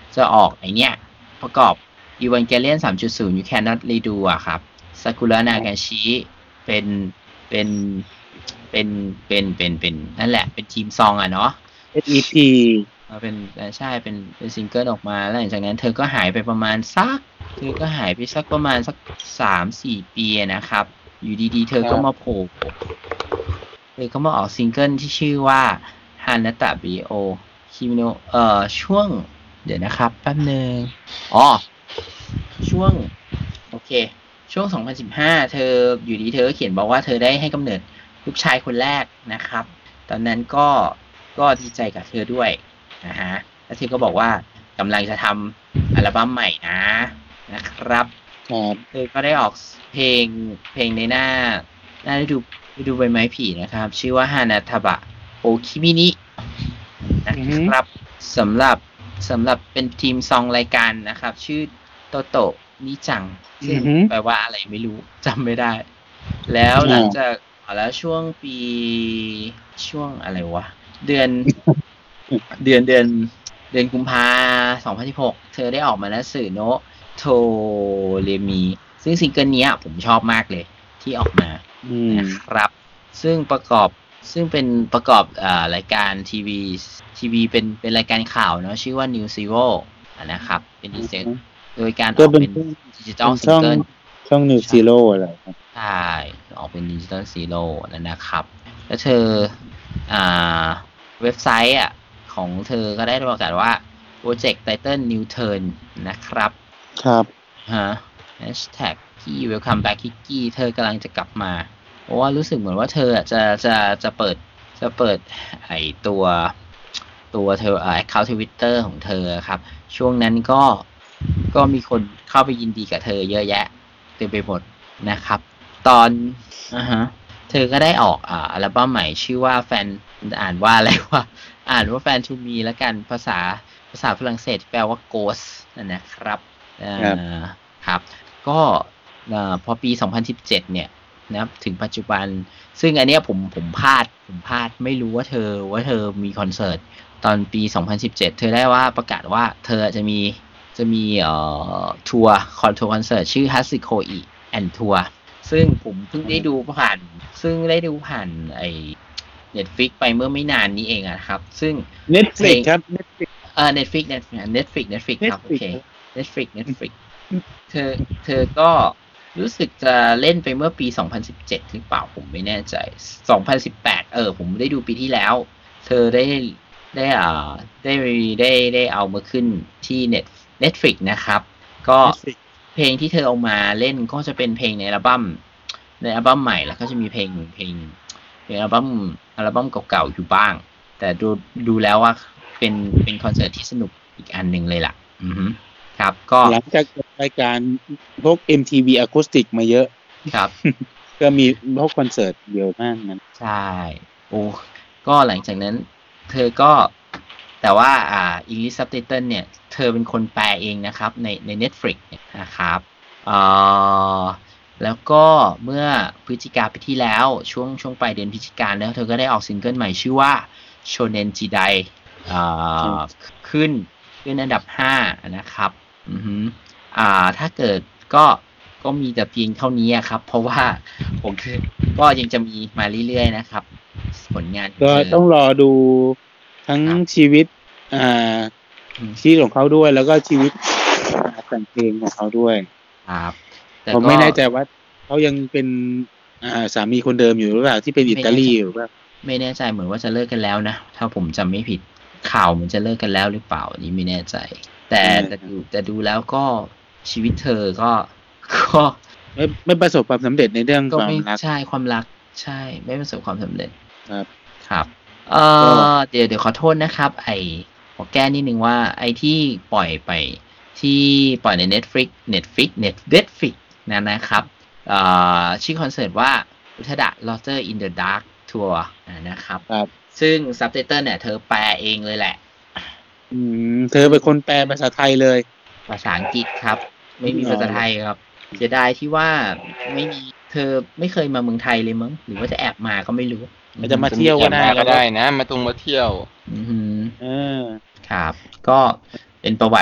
จะออกไอเนี้ยประกอบ Evangelion สามจุดศูนย์ You Cannot Redo อะครับ Sakura Nagashi เป็นเป็นเป็นเป็นเป็นเป็นนั่นแหละเป็นทีมซองอะเนาะเอส อี พีเป็นใช่เป็นเป็นซิงเกิลออกมาแล้วหลังจากนั้นเธอก็หายไปประมาณสักเธอก็หายไปสักประมาณสัก สามถึงสี่ ปีนะครับอยู่ดีๆเธอก็มาโผล่เธอก็มาออกซิงเกิลที่ชื่อว่าฮานาตะบิโอคิมิโนเอ่อช่วงเดี๋ยวนะครับแป๊บนึงอ๋อช่วงโอเคช่วงสองพันสิบห้าเธออยู่ดีเธอก็เขียนบอกว่าเธอได้ให้กำเนิดลูกชายคนแรกนะครับตอนนั้นก็ก็ดีใจกับเธอด้วยนะฮะแล้วเธอก็บอกว่ากำลังจะทำอัลบั้มใหม่นะนะครับเธอก็ได้ออกเพลงเพลงในหน้าหน้าฤดูฤดูใบไม้ผลินะครับชื่อว่าฮานาทะบะโอคิมินินะครับสำหรับสำหรับเป็นทีมซองรายการนะครับชื่อโตโตะนิจังซึ่งแปลว่าอะไรไม่รู้จำไม่ได้แล้วหลังจากแล้วช่วงปีช่วงอะไรวะเดือนเดือนเดือนเดือนกุมภาสองพันสิบหกเธอได้ออกมาแล้วสื่อโนโทเรมีซึ่งซิงเกิลนี้ผมชอบมากเลยที่ออกมานะครับซึ่งประกอบซึ่งเป็นประกอบอ่ารายการทีวีทีวีเป็นเป็นรายการข่าวเนาะชื่อว่า New Zero นะครับเป็นดิจิทัลโดยการออกเป็นดิจิตอลซิงเกิลช่อง New Zero อะไรครับใช่ออกเป็นดิจิตอลซีโร่นั่นนะครับแล้วเธออ่าเว็บไซต์อ่ะของเธอก็ได้ประกาศว่า Project Title New Turn นะครับครับฮะ Hashtag พี่ Welcome back Kiki เธอกำลังจะกลับมาเพราะว่ารู้สึกเหมือนว่าเธอจะจะจะเปิดจะเปิดไอตัวตัวเธอ account Twitter ของเธอครับช่วงนั้นก็ก็มีคนเข้าไปยินดีกับเธอเยอะแยะเต็มไปหมดนะครับตอนอ่าฮะเธอก็ได้ออกอ่าอัลบั้มใหม่ชื่อว่าแฟนอ่านว่าอะไรวะอ่านว่าแฟนทูมีแล้วกันภาษาภาษาฝรั่งเศสแปลว่า ghost นะครับอ่าครับก็อ่าพอปีสองพันสิบเจ็ดเนี่ยนะถึงปัจจุบันซึ่งอันเนี้ยผมผมพลาดผมพลาดไม่รู้ว่าเธอว่าเธอมีคอนเสิร์ตตอนปีสองพันสิบเจ็ดเธอได้ว่าประกาศว่าเธอจะมีจะมีเอ่อทัวร์คอนทัวร์คอนเสิร์ตชื่อ Hatsukoi and Tour ซึ่งผมเพิ่งได้ดูผ่านซึ่งได้ดูผ่านไอ้ Netflix ไปเมื่อไม่นานนี้เองอะครับซึ่ง Netflix ครับ Netflix เอ่อ Netflix Netflix Netflix ครับโอเค Netflix Netflix เธอเธอก็รู้สึกจะเล่นไปเมื่อปีสองพันสิบเจ็ดหรือเปล่าผมไม่แน่ใจสองพันสิบแปดเออผมได้ดูปีที่แล้วเธอได้ได้อ่าได้ได้ได้เอามาขึ้นที่ Net Netflix นะครับก็เพลงที่เธอเอามาเล่นก็จะเป็นเพลงในอัลบั้มในอัลบั้มใหม่แล้วก็จะมีเพลงเพลงเพลงอัลบั้มอัลบั้มเก่าๆอยู่บ้างแต่ดูดูแล้วว่าเป็นเป็นคอนเสิร์ตที่สนุกอีกอันหนึ่งเลยล่ะอือฮึครับก็หลังจากรายการพวก เอ็ม ที วี Acoustic มาเยอะครับก็มีพวกคอนเสิร์ตเยอะมากนั้นใช่โอ้ก็หลังจากนั้นเธอก็แต่ว่าอ่า English Subtitle เนี่ยเธอเป็นคนแปลเองนะครับในใน Netflix เนี่ยนะครับอ่าแล้วก็เมื่อพฤศจิกาปีที่แล้วช่วงช่วงปลายเดือนพฤศจิกายนแล้วเธอก็ได้ออกซิงเกิลใหม่ชื่อว่า Shonen Jidai อ่าขึ้นขึ้นอันดับห้านะครับอือฮึอ่าถ้าเกิดก็ก็มีแต่เพียงเท่านี้ครับเพราะว่าผมคือก็ยังจะมีมาเรื่อยๆนะครับผลงานก็ต้องรอดูทั้งชีวิตอ่าชีวิตของเขาด้วยแล้วก็ชีวิตแต่งเพลงของเขาด้วยครับผมไม่แน่ใจว่าเขายังเป็นอ่าสามีคนเดิมอยู่หรือเปล่าที่เป็นอิตาลีหรือเปล่าไม่แน่ใจเหมือนว่าจะเลิกกันแล้วนะถ้าผมจำไม่ผิดข่าวเหมือนจะเลิกกันแล้วหรือเปล่าอันนี้ไม่แน่ใจแต่แต่ดูแต่ดูแล้วก็ชีวิตเธอก็ก็ไม่ไม่ประสบความสำเร็จในเรื่องความรักใช่ความรักใช่ไม่ประสบความสำเร็จครับครับเอ่อเดี๋ยวเดี๋ยวขอโทษนะครับไอ้ขอแก้นิดนึงว่าไอ้ที่ปล่อยไปที่ปล่อยใน Netflix Netflix Netflix นะนะครับเอ่อชื่อคอนเสิร์ตว่าอุทดะ Lotter in the Dark Tour นะครับซึ่ง Subtitle เนี่ยเธอแปลเองเลยแหละอืมเธอเป็นคนแปลภาษาไทยเลยภาษาอังกฤษครับไม่มีภาษาไทยครับเสียดายที่ว่าไม่มีเธอไม่เคยมาเมืองไทยเลยมั้งหรือว่าจะแอบมาก็ไม่รู้มันจะมาเที่ยวก็ได้ก็ได้นะมาตรงมาเที่ยวอือฮึเออครับก็เป็นประวัติ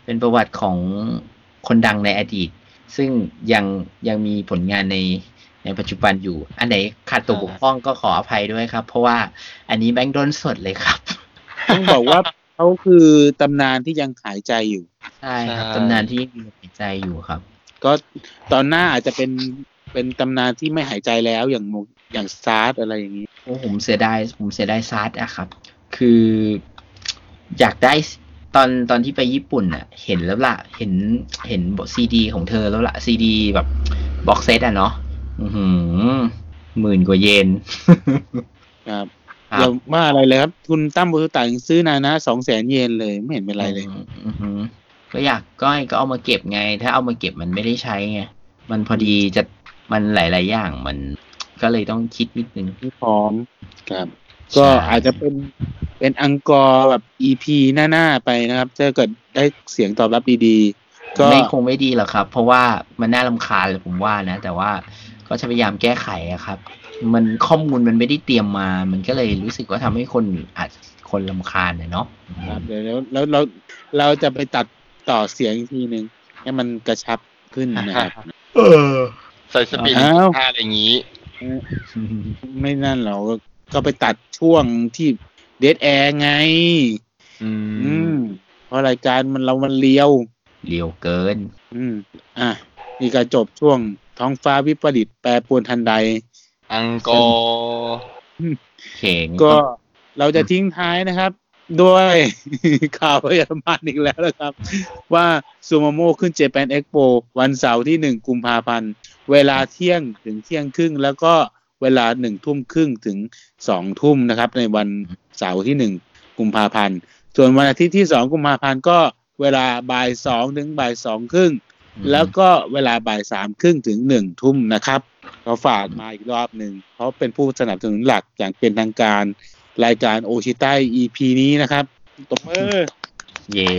เป็นประวัติของคนดังในอดีตซึ่งยังยังมีผลงานในในปัจจุบันอยู่อันไหนขาดตัวบกพร่องก็ขออภัยด้วยครับเพราะว่าอันนี้แบงค์โดนสดเลยครับต้องบอกว่าเขาคือตำนานที่ยังหายใจอยู่ใช่ครับตำนานที่ยังมีหายใจอยู่ครับก็ตอนหน้าอาจจะเป็นเป็นตำนานที่ไม่หายใจแล้วอย่างอย่างซาร์ดอะไรอย่างนี้โอ้ผมเสียดายผมเสียดายซาร์ดอะครับคืออยากได้ตอนตอนที่ไปญี่ปุ่นอะเห็นแล้วล่ะเห็นเห็นซีดีของเธอแล้วล่ะซีดีแบบบ็อกเซตอะเนาะอือหือหมื่นกว่าเยนครับเราว่าอะไรเลยครับทุนตั้มบริษัทซื้อนานะสองแสนเยนเลยไม่เห็นเป็นไรเลยอือหือก็อยากก็ก็เอามาเก็บไงถ้าเอามาเก็บมันไม่ได้ใช้ไงมันพอดีจะมันหลายๆอย่างมันก็เลยต้องคิดนิดนึงที่พร้อมครับก็อาจจะเป็นเป็นอังกอร์แบบ อี พี หน้าๆไปนะครับถ้าเกิดได้เสียงตอบรับดีๆก็ไม่คงไม่ดีหรอกครับเพราะว่ามันน่ารำคาญเลยผมว่านะแต่ว่าก็จะพยายามแก้ไขอะครับมันข้อมูลมันไม่ได้เตรียมมามันก็เลยรู้สึกว่าทำให้คนอาจคนรำคาญเนาะครับเดี๋ยวแล้วแล้วเราเราจะไปตัดต่อเสียงอีกทีนึงให้มันกระชับขึ้นนะครับเออใส่สปีดอะไรอย่างนี้ไม่นั่นหรอกก็ไปตัดช่วงที่เดดแอร์ไงอืมเพราะรายการมันเรามันเลี้ยวเลี้ยวเกินอืมอ่ะนี่ก็จบช่วงท้องฟ้าวิปริตแปรปรวนทันใดอังกอร์เข่งก็เราจะทิ้งท้ายนะครับด้วยข่าวพยาบาลอีกแล้วนะครับว่าซูโมโมขึ้น Japan Expo วันเสาร์ที่หนึ่งกุมภาพันธ์เวลาเที่ยงถึงเที่ยงครึ่งแล้วก็เวลาหนึ่งทุ่มครึ่งถึงสองทุ่มนะครับในวันเสาร์ที่หนึ่งกุมภาพันธ์ส่วนวันอาทิตย์ที่สองกุมภาพันธ์ก็เวลาบ่ายสองถึงบ่ายสองครึ่งแล้วก็เวลาบ่ายสามครึ่งถึงหนึ่งทุ่มนะครับเขาฝากมาอีกรอบหนึ่งเพราะเป็นผู้สนับสนุนหลักอย่างเป็นทางการรายการโอชิไต้ อี พี นี้นะครับตบมือเย่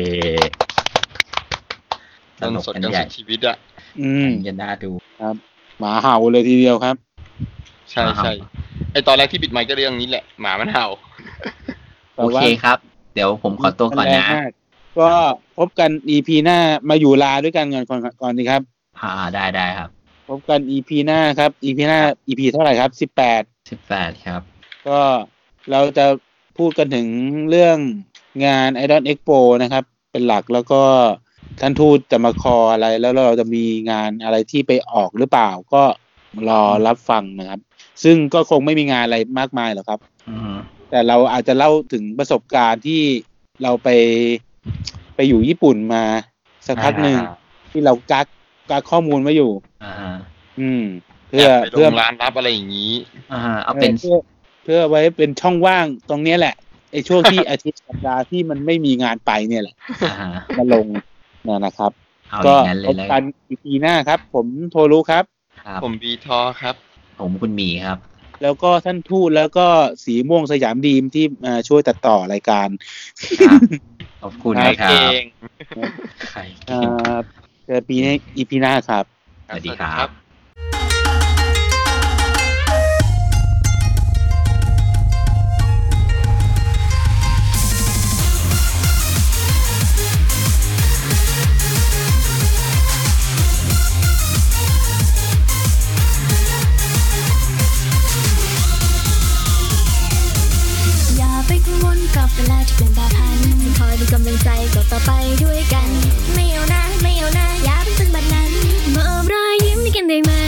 สนุกกันใหญ่ชีวิตอ่ะอืมจะน่าดูครับหมาเห่าเลยทีเดียวครับใช่ใช่ไอตอนแรกที่ปิดไมค์ก็เรื่องนี้แหละหมามันเห่าโอเคครับเดี๋ยวผมขอตัวก่อนนะก็พบกัน อี พี หน้ามาอยู่ลาด้วยกันก่อนก่อนดีครับอ่าได้ได้ครับพบกัน อี พี หน้าครับ อี พี หน้า อี พี เท่าไหร่ครับสิบแปดสิบแปดครับก็เราจะพูดกันถึงเรื่องงาน Idol Expo นะครับเป็นหลักแล้วก็ท่านทูตจะมาคออะไรแล้วเราจะมีงานอะไรที่ไปออกหรือเปล่าก็รอรับฟังนะครับซึ่งก็คงไม่มีงานอะไรมากมายหรอกครับแต่เราอาจจะเล่าถึงประสบการณ์ที่เราไปไปอยู่ญี่ปุ่นมาสักพักหนึ่งที่เรากักกักข้อมูลไว้อยู่อืมเพื่อเพื่อร้านรับอะไรอย่างนี้อ่าเอาเป็นเพื่อเพื่อไว้เป็นช่องว่างตรงนี้แหละไอ้ช่วงที่อาทิตย์สัปดาห์ที่มันไม่มีงานไปเนี่ยแหละมาลงเนี่ยนะครับก็พบกันอีพีหน้าครับผมโทรุครับผมบีทอครับผมคุณหมีครับแล้วก็ท่านทูตแล้วก็สีม่วงสยามดีมที่มาช่วยตัดต่อรายการขอบคุณนะครับครับเจอปีนี้อีพีหน้าครับสวัสดีครับเวลาที่เป็นบาพันจะคอยเป็นกำลังใจต่อต่อไปด้วยกันไม่เอานะไม่เอานะอย่าเป็นแบบนั้นมอบรอยยิ้มให้กันได้ไหม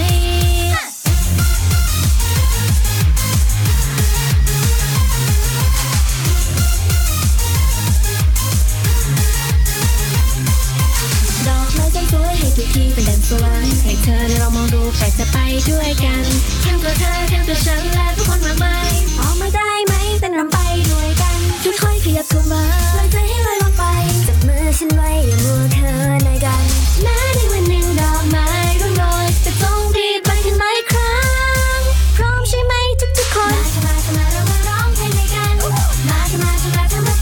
ดอกไม้สวยให้ทุกที่เป็นแดนสวรรค์ให้เธอเรามองดูไปจะไปด้วยกันทั้งตัวเธอทั้งตัวฉันและทุกคนมากมายออกมาได้ไหมเต้นรำไปด้วยกันค่อยๆขยับเข้ามาปล่อยใจให้ลอยลงไปจับมือฉันไว้อย่ามัวเธอในกันแม้ในวันหนึ่งดอกไม้ร่วงโรยแต่จงรีบไปกันไหมครั้งพร้อมใช่ไหมทุกๆคนมาจะมาจะมาเรามาร้องเพลงด้วยกันมาจะมาจะมาจะมา